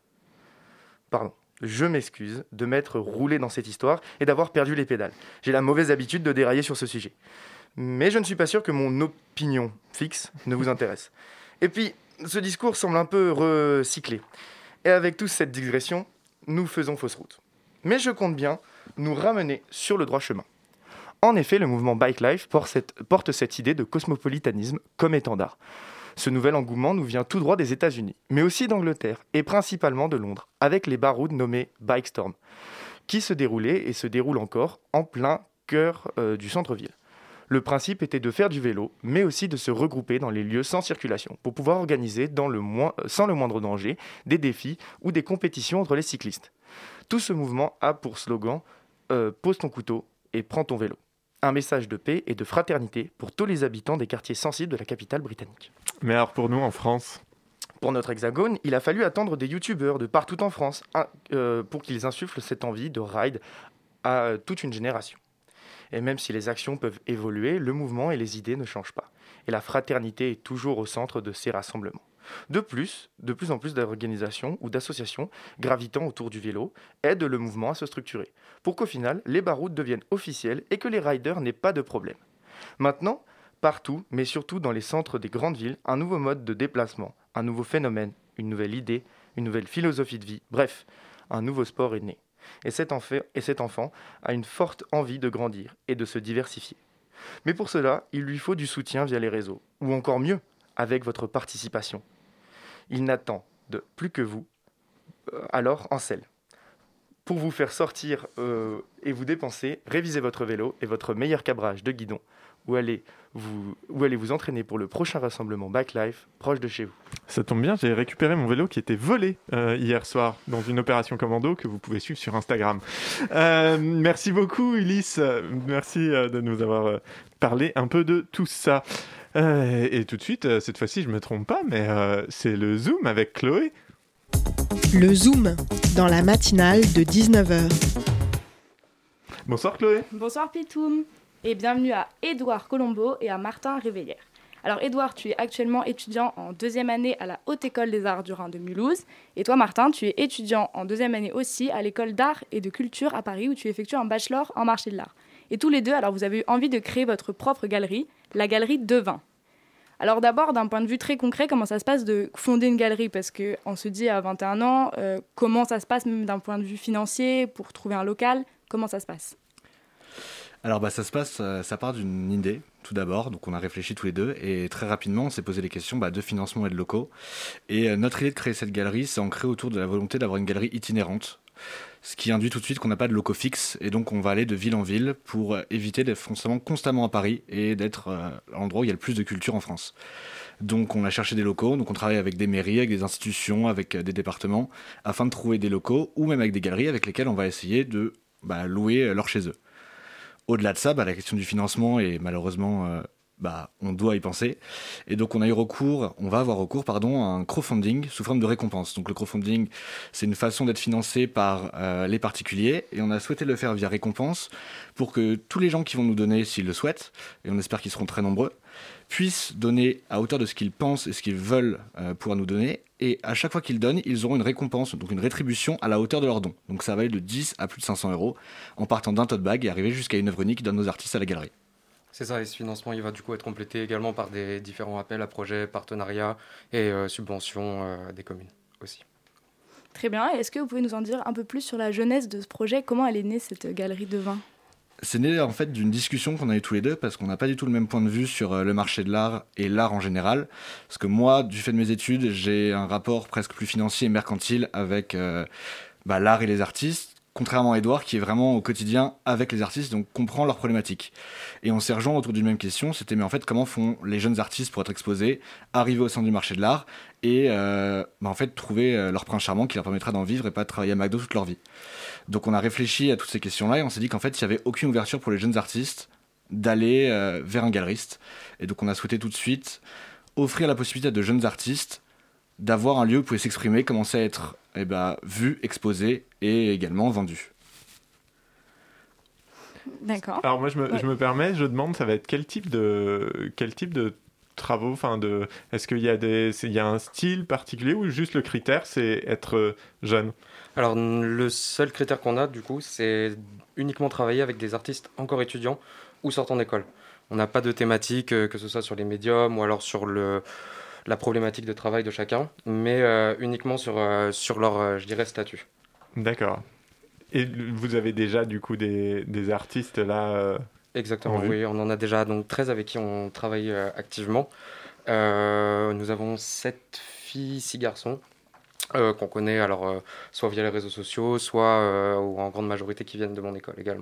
Pardon. Je m'excuse de m'être roulé dans cette histoire et d'avoir perdu les pédales. J'ai la mauvaise habitude de dérailler sur ce sujet. Mais je ne suis pas sûr que mon opinion fixe ne vous intéresse. Et puis, ce discours semble un peu recyclé. Et avec toute cette digression, nous faisons fausse route. Mais je compte bien nous ramener sur le droit chemin. En effet, le mouvement Bike Life porte cette, porte cette idée de cosmopolitanisme comme étendard. Ce nouvel engouement nous vient tout droit des États-Unis, mais aussi d'Angleterre et principalement de Londres, avec les barouds nommés Bike Storm, qui se déroulaient et se déroulent encore en plein cœur euh, du centre-ville. Le principe était de faire du vélo, mais aussi de se regrouper dans les lieux sans circulation, pour pouvoir organiser dans le moins, sans le moindre danger des défis ou des compétitions entre les cyclistes. Tout ce mouvement a pour slogan euh, « Pose ton couteau et prends ton vélo ». Un message de paix et de fraternité pour tous les habitants des quartiers sensibles de la capitale britannique. Mais alors pour nous en France ? Pour notre hexagone, il a fallu attendre des youtubeurs de partout en France hein, euh, pour qu'ils insufflent cette envie de ride à euh, toute une génération. Et même si les actions peuvent évoluer, le mouvement et les idées ne changent pas. Et la fraternité est toujours au centre de ces rassemblements. De plus, de plus en plus d'organisations ou d'associations gravitant autour du vélo aident le mouvement à se structurer, pour qu'au final, les barouds deviennent officiels et que les riders n'aient pas de problème. Maintenant, partout, mais surtout dans les centres des grandes villes, un nouveau mode de déplacement, un nouveau phénomène, une nouvelle idée, une nouvelle philosophie de vie, bref, un nouveau sport est né. Et cet, enfer, et cet enfant a une forte envie de grandir et de se diversifier. Mais pour cela, il lui faut du soutien via les réseaux, ou encore mieux, avec votre participation. Il n'attend de plus que vous, euh, alors en selle. Pour vous faire sortir euh, et vous dépenser, révisez votre vélo et votre meilleur cabrage de guidon ou allez vous, ou allez vous entraîner pour le prochain rassemblement Backlife proche de chez vous. Ça tombe bien, j'ai récupéré mon vélo qui était volé euh, hier soir dans une opération commando que vous pouvez suivre sur Instagram. Euh, merci beaucoup Ulysse, merci euh, de nous avoir euh, parlé un peu de tout ça. Euh, et tout de suite, euh, cette fois-ci je me trompe pas, mais euh, c'est le Zoom avec Chloé. Le Zoom, dans la matinale de dix-neuf heures. Bonsoir Chloé. Bonsoir Pitoum. Et bienvenue à Édouard Colombo et à Martin Réveillère. Alors Édouard, tu es actuellement étudiant en deuxième année à la Haute École des Arts du Rhin de Mulhouse. Et toi Martin, tu es étudiant en deuxième année aussi à l'École d'Art et de Culture à Paris où tu effectues un bachelor en marché de l'art. Et tous les deux, alors vous avez eu envie de créer votre propre galerie, la galerie Devin. Alors d'abord, d'un point de vue très concret, comment ça se passe de fonder une galerie ? Parce qu'on se dit à vingt et un ans, euh, comment ça se passe même d'un point de vue financier pour trouver un local ? Comment ça se passe ? Alors bah, ça se passe, euh, ça part d'une idée tout d'abord, donc on a réfléchi tous les deux et très rapidement on s'est posé les questions bah, de financement et de locaux. Et euh, notre idée de créer cette galerie, c'est ancré autour de la volonté d'avoir une galerie itinérante, ce qui induit tout de suite qu'on n'a pas de locaux fixes et donc on va aller de ville en ville pour euh, éviter d'être constamment, constamment à Paris et d'être euh, à l'endroit où il y a le plus de culture en France. Donc on a cherché des locaux, donc on travaille avec des mairies, avec des institutions, avec euh, des départements afin de trouver des locaux ou même avec des galeries avec lesquelles on va essayer de bah, louer euh, leur chez eux. Au-delà de ça, bah, la question du financement, et malheureusement, euh, bah, on doit y penser. Et donc, on a eu recours, on va avoir recours, pardon, à un crowdfunding sous forme de récompense. Donc, le crowdfunding, c'est une façon d'être financé par euh, les particuliers, et on a souhaité le faire via récompense pour que tous les gens qui vont nous donner, s'ils le souhaitent, et on espère qu'ils seront très nombreux, puissent donner à hauteur de ce qu'ils pensent et ce qu'ils veulent euh, pouvoir nous donner. Et à chaque fois qu'ils donnent, ils auront une récompense, donc une rétribution à la hauteur de leur don. Donc ça va aller de dix à plus de cinq cents euros, en partant d'un tote bag et arriver jusqu'à une œuvre unique qui donne nos artistes à la galerie. C'est ça, et ce financement il va du coup être complété également par des différents appels à projets, partenariats et euh, subventions euh, des communes aussi. Très bien, est-ce que vous pouvez nous en dire un peu plus sur la jeunesse de ce projet ? Comment elle est née cette galerie Devin ? C'est né en fait d'une discussion qu'on a eu tous les deux parce qu'on n'a pas du tout le même point de vue sur euh, le marché de l'art et l'art en général. Parce que moi, du fait de mes études, j'ai un rapport presque plus financier et mercantile avec euh, bah, l'art et les artistes, contrairement à Édouard qui est vraiment au quotidien avec les artistes, donc comprend leurs problématiques. Et on s'est rejoint autour d'une même question, c'était mais en fait comment font les jeunes artistes pour être exposés, arriver au sein du marché de l'art et euh, bah, en fait trouver euh, leur prince charmant qui leur permettra d'en vivre et pas de travailler à McDo toute leur vie. Donc on a réfléchi à toutes ces questions-là et on s'est dit qu'en fait, il n'y avait aucune ouverture pour les jeunes artistes d'aller euh, vers un galeriste. Et donc on a souhaité tout de suite offrir la possibilité à de jeunes artistes d'avoir un lieu où ils pouvaient s'exprimer, commencer à être eh ben, vus, exposés et également vendus. D'accord. Alors moi je me, ouais. je me permets, je demande, ça va être quel type de, quel type de travaux, enfin de, est-ce qu'il y a des, il y a un style particulier ou juste le critère c'est être jeune ? Alors le seul critère qu'on a du coup c'est uniquement travailler avec des artistes encore étudiants ou sortant d'école. On n'a pas de thématique euh, que ce soit sur les médiums ou alors sur le, la problématique de travail de chacun, mais euh, uniquement sur, euh, sur leur, euh, je dirais, statut. D'accord. Et vous avez déjà du coup des, des artistes là euh, Exactement, oui, on en a déjà donc treize avec qui on travaille euh, activement. Euh, nous avons sept filles, six garçons. Euh, qu'on connaît alors euh, soit via les réseaux sociaux, soit euh, ou en grande majorité qui viennent de mon école également.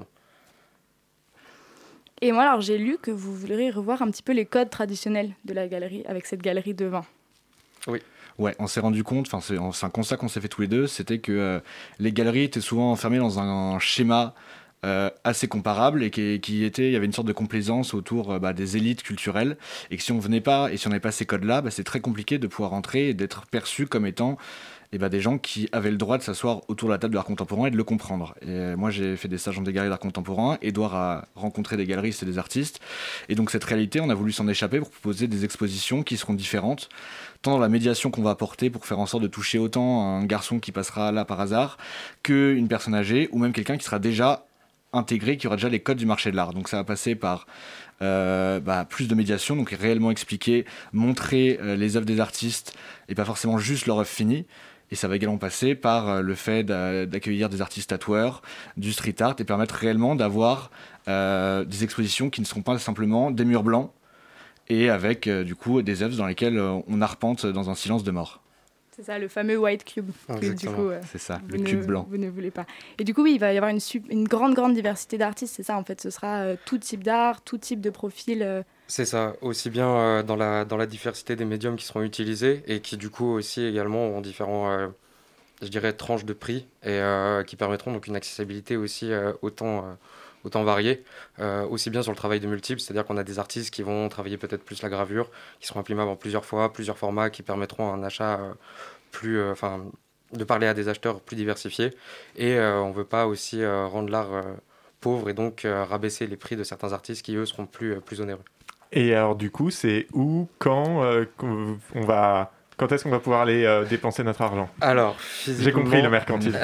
Et moi alors j'ai lu que vous voudriez revoir un petit peu les codes traditionnels de la galerie avec cette galerie Devin. Oui. Ouais, on s'est rendu compte, enfin c'est, c'est un constat qu'on s'est fait tous les deux, c'était que euh, les galeries étaient souvent enfermées dans un, un schéma Euh, assez comparable et qui, qui était, il y avait une sorte de complaisance autour euh, bah, des élites culturelles et que si on venait pas et si on n'avait pas ces codes-là, bah, c'est très compliqué de pouvoir entrer et d'être perçu comme étant et bah, des gens qui avaient le droit de s'asseoir autour de la table de l'art contemporain et de le comprendre. Et euh, moi j'ai fait des stages dans des galeries d'art contemporain, Édouard a rencontré des galeristes et des artistes et donc cette réalité on a voulu s'en échapper pour proposer des expositions qui seront différentes tant dans la médiation qu'on va apporter pour faire en sorte de toucher autant un garçon qui passera là par hasard qu'une personne âgée ou même quelqu'un qui sera déjà intégré, qui aura déjà les codes du marché de l'art. Donc ça va passer par euh, bah, plus de médiation, donc réellement expliquer, montrer euh, les œuvres des artistes et pas forcément juste leur œuvre finie. Et ça va également passer par euh, le fait d'a- d'accueillir des artistes tatoueurs, du street art et permettre réellement d'avoir euh, des expositions qui ne seront pas simplement des murs blancs et avec euh, du coup des œuvres dans lesquelles euh, on arpente dans un silence de mort. C'est ça, le fameux white cube. Que, du coup, euh, c'est ça, le cube ne, blanc. Vous ne voulez pas. Et du coup, oui, il va y avoir une, une grande, grande diversité d'artistes, c'est ça en fait. Ce sera euh, tout type d'art, tout type de profil. Euh... C'est ça, aussi bien euh, dans, la, dans la diversité des médiums qui seront utilisés et qui du coup aussi également ont différents, euh, je dirais, tranches de prix et euh, qui permettront donc une accessibilité aussi euh, autant... Euh, autant variés, euh, aussi bien sur le travail de multiples, c'est-à-dire qu'on a des artistes qui vont travailler peut-être plus la gravure, qui seront imprimables en plusieurs fois, plusieurs formats, qui permettront un achat euh, plus, enfin, euh, de parler à des acheteurs plus diversifiés. Et euh, on ne veut pas aussi euh, rendre l'art euh, pauvre et donc euh, rabaisser les prix de certains artistes qui, eux, seront plus, euh, plus onéreux. Et alors, du coup, c'est où, quand euh, on va... Quand est-ce qu'on va pouvoir aller euh, dépenser notre argent ? Alors, J'ai compris le mercantile.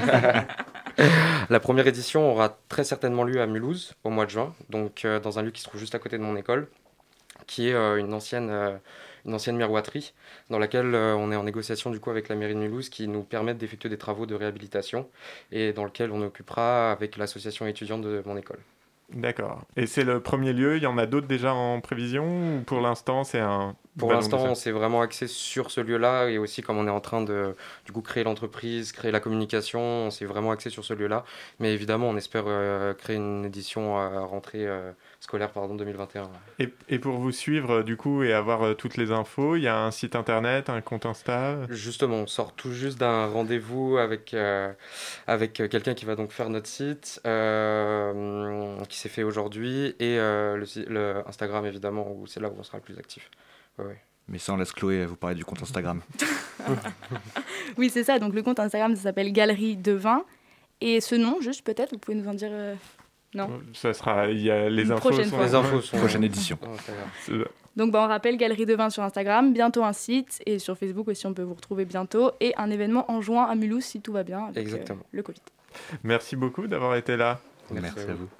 La première édition aura très certainement lieu à Mulhouse au mois de juin, donc euh, dans un lieu qui se trouve juste à côté de mon école, qui est euh, une, ancienne, euh, une ancienne miroiterie, dans laquelle euh, on est en négociation du coup avec la mairie de Mulhouse qui nous permet d'effectuer des travaux de réhabilitation et dans lequel on occupera avec l'association étudiante de mon école. D'accord. Et c'est le premier lieu, il y en a d'autres déjà en prévision ou pour l'instant c'est un... Pour l'instant, on s'est vraiment axé sur ce lieu-là et aussi comme on est en train de du coup, créer l'entreprise, créer la communication, on s'est vraiment axé sur ce lieu-là. Mais évidemment, on espère euh, créer une édition à rentrée euh, scolaire pardon, deux mille vingt et un. Et, et pour vous suivre du coup et avoir euh, toutes les infos, il y a un site internet, un compte Insta ? Justement, on sort tout juste d'un rendez-vous avec, euh, avec quelqu'un qui va donc faire notre site, euh, qui s'est fait aujourd'hui, et euh, le, le Instagram évidemment, où c'est là où on sera le plus actif. Ouais, ouais. Mais ça, on laisse Chloé vous parler du compte Instagram. Oui, c'est ça. Donc, le compte Instagram, ça s'appelle Galerie de Vin. Et ce nom, juste peut-être, vous pouvez nous en dire... Euh... Non. Ça sera... Il y a les Une infos. Prochaine sont... fois. Les infos sont... Prochaine édition. Donc, bah, on rappelle Galerie de Vin sur Instagram, bientôt un site. Et sur Facebook aussi, on peut vous retrouver bientôt. Et un événement en juin à Mulhouse, si tout va bien, avec Exactement. Euh, le Covid. Merci beaucoup d'avoir été là. Merci, Merci à vous.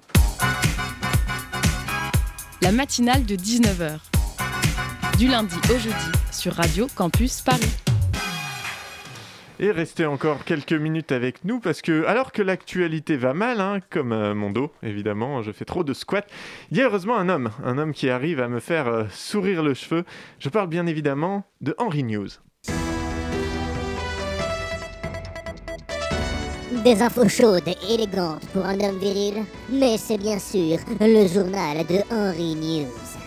La matinale de dix-neuf heures. Du lundi au jeudi sur Radio Campus Paris. Et restez encore quelques minutes avec nous parce que, alors que l'actualité va mal, hein, comme euh, mon dos, évidemment, je fais trop de squats, il y a heureusement un homme, un homme qui arrive à me faire euh, sourire le cheveu. Je parle bien évidemment de Henri News. Des infos chaudes et élégantes pour un homme viril, mais c'est bien sûr le journal de Henri News.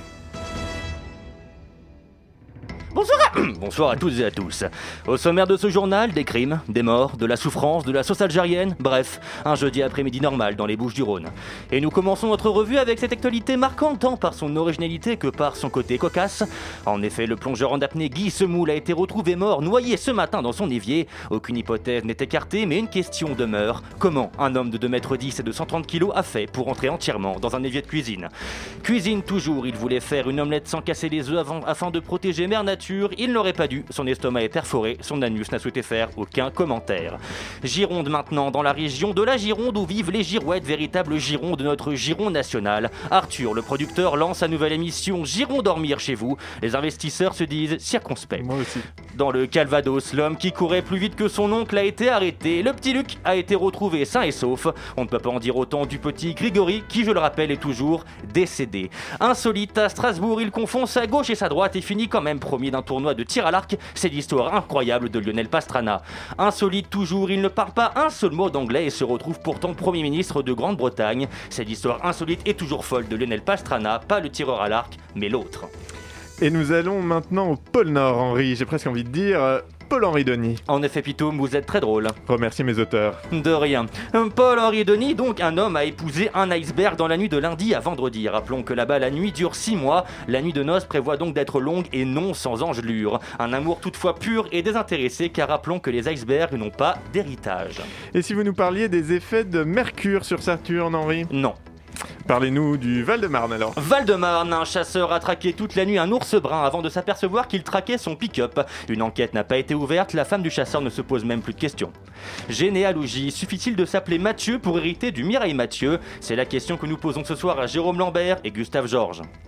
Bonsoir à... Bonsoir à toutes et à tous. Au sommaire de ce journal, des crimes, des morts, de la souffrance, de la sauce algérienne, bref, un jeudi après-midi normal dans les Bouches-du-Rhône. Et nous commençons notre revue avec cette actualité marquante tant par son originalité que par son côté cocasse. En effet, le plongeur en apnée Guy Semoule a été retrouvé mort, noyé ce matin dans son évier. Aucune hypothèse n'est écartée, mais une question demeure. Comment un homme de deux mètres dix et de cent trente kilos a fait pour entrer entièrement dans un évier de cuisine ? Cuisine toujours, il voulait faire une omelette sans casser les œufs avant, afin de protéger Mère Nature. Il n'aurait pas dû, son estomac est perforé, son anus n'a souhaité faire aucun commentaire. Gironde maintenant, dans la région de la Gironde où vivent les girouettes, véritable giron de notre giron national. Arthur, le producteur, lance sa nouvelle émission Giron dormir chez vous. Les investisseurs se disent circonspects. Moi aussi. Dans le Calvados, l'homme qui courait plus vite que son oncle a été arrêté. Le petit Luc a été retrouvé sain et sauf. On ne peut pas en dire autant du petit Grigory qui, je le rappelle, est toujours décédé. Insolite à Strasbourg, il confond sa gauche et sa droite et finit quand même premier d'un tournoi de tir à l'arc. C'est l'histoire incroyable de Lionel Pastrana. Insolite toujours, il ne parle pas un seul mot d'anglais et se retrouve pourtant Premier ministre de Grande-Bretagne. C'est l'histoire insolite et toujours folle de Lionel Pastrana, pas le tireur à l'arc, mais l'autre. Et nous allons maintenant au pôle Nord, Henri. J'ai presque envie de dire... Euh... Paul-Henri Denis. En effet, Pitoum, vous êtes très drôle. Remercie mes auteurs. De rien. Paul-Henri Denis, donc un homme, a épousé un iceberg dans la nuit de lundi à vendredi. Rappelons que là-bas, la nuit dure six mois. La nuit de noces prévoit donc d'être longue et non sans engelure. Un amour toutefois pur et désintéressé, car rappelons que les icebergs n'ont pas d'héritage. Et si vous nous parliez des effets de Mercure sur Saturne, Henri ? Non. Parlez-nous du Val-de-Marne alors. Val-de-Marne, un chasseur a traqué toute la nuit un ours brun avant de s'apercevoir qu'il traquait son pick-up. Une enquête n'a pas été ouverte, la femme du chasseur ne se pose même plus de questions. Généalogie, suffit-il de s'appeler Mathieu pour hériter du Mireille Mathieu ? C'est la question que nous posons ce soir à Jérôme Lambert et Gustave Georges.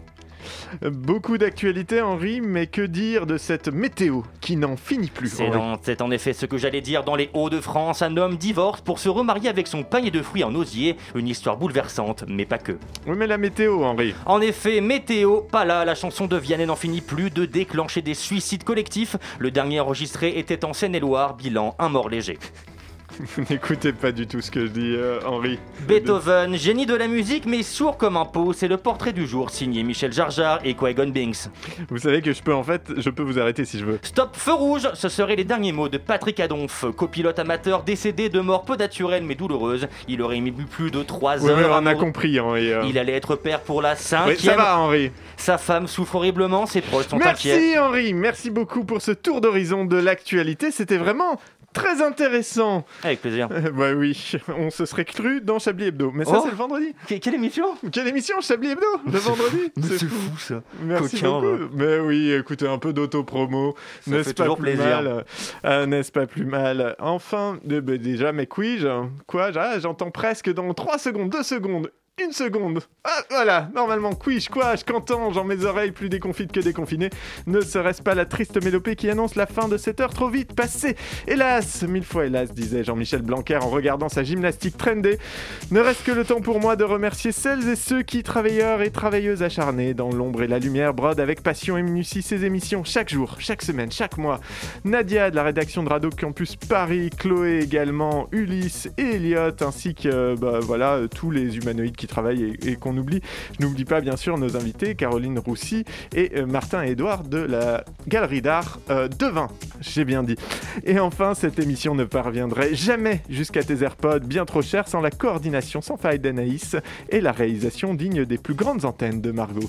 Beaucoup d'actualités, Henri, mais que dire de cette météo qui n'en finit plus? C'est, dans, c'est en effet ce que j'allais dire. Dans les Hauts-de-France, un homme divorce pour se remarier avec son panier de fruits en osier. Une histoire bouleversante, mais pas que. Oui, mais la météo, Henri. En effet, météo, pas là. La chanson de Vianney n'en finit plus de déclencher des suicides collectifs. Le dernier enregistré était en Seine-et-Loire, bilan un mort léger. Vous n'écoutez pas du tout ce que je dis, euh, Henri. Beethoven, génie de la musique mais sourd comme un pot, c'est le portrait du jour signé Michel Jarjar et Qui-Gon Binks. Vous savez que je peux en fait, je peux vous arrêter si je veux. Stop, feu rouge, ce seraient les derniers mots de Patrick Adonf, copilote amateur décédé de mort peu naturelle mais douloureuse. Il aurait mis plus de trois oui, heures. Oui, on a pour... compris, Henri. Euh... Il allait être père pour la cinquième. Oui, ça va, Henri. Sa femme souffre horriblement, ses proches sont Merci, inquiets. Merci, Henri. Merci beaucoup pour ce tour d'horizon de l'actualité. C'était vraiment très intéressant. Avec plaisir. Euh, bah oui, on se serait cru dans Chablis Hebdo. Mais ça, oh, c'est le vendredi. Que- quelle émission Quelle émission, Chablis Hebdo, le vendredi. c'est, c'est fou. fou ça. Merci Coquin, beaucoup. va. Mais oui, écoutez, un peu d'auto-promo. Ça n'est-ce fait pas toujours plus plaisir. mal euh, N'est-ce pas plus mal Enfin, eh ben, déjà, mes quiz. Quoi ah, j'entends presque dans trois secondes, deux secondes. Une seconde. Ah, voilà, normalement, quiche, quash, qu'entends, j'en mes oreilles plus déconfites que déconfinées. Ne serait-ce pas la triste mélopée qui annonce la fin de cette heure trop vite passée? Hélas, mille fois hélas, disait Jean-Michel Blanquer en regardant sa gymnastique trendée. Ne reste que le temps pour moi de remercier celles et ceux qui, travailleurs et travailleuses acharnés, dans l'ombre et la lumière, brodent avec passion et minutie ces émissions chaque jour, chaque semaine, chaque mois. Nadia de la rédaction de Radio Campus Paris, Chloé également, Ulysse et Elliot, ainsi que bah, voilà, tous les humanoïdes qui travaillent et, et qu'on oublie. Je n'oublie pas bien sûr nos invités, Caroline Roussy et euh, Martin et Édouard de la Galerie d'Art euh, Devin, j'ai bien dit. Et enfin, cette émission ne parviendrait jamais jusqu'à tes AirPods bien trop chers sans la coordination sans faille d'Anaïs et la réalisation digne des plus grandes antennes de Margot.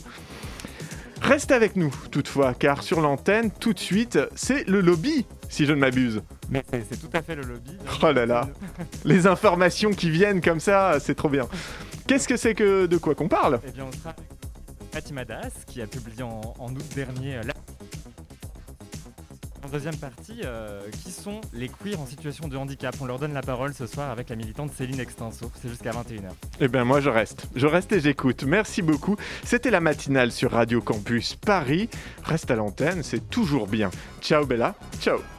Reste avec nous, toutefois, car sur l'antenne, tout de suite, c'est le lobby, si je ne m'abuse. Mais c'est, c'est tout à fait le lobby. Oh là là, les informations qui viennent comme ça, c'est trop bien. Qu'est-ce que c'est que de quoi qu'on parle? Eh bien, on sera avec Fatima Das, qui a publié en, en août dernier la... En deuxième partie, euh, qui sont les queers en situation de handicap? On leur donne la parole ce soir avec la militante Céline Extenso. C'est jusqu'à vingt et une heures. Eh bien, moi, je reste. Je reste et j'écoute. Merci beaucoup. C'était la matinale sur Radio Campus Paris. Reste à l'antenne, c'est toujours bien. Ciao Bella, ciao.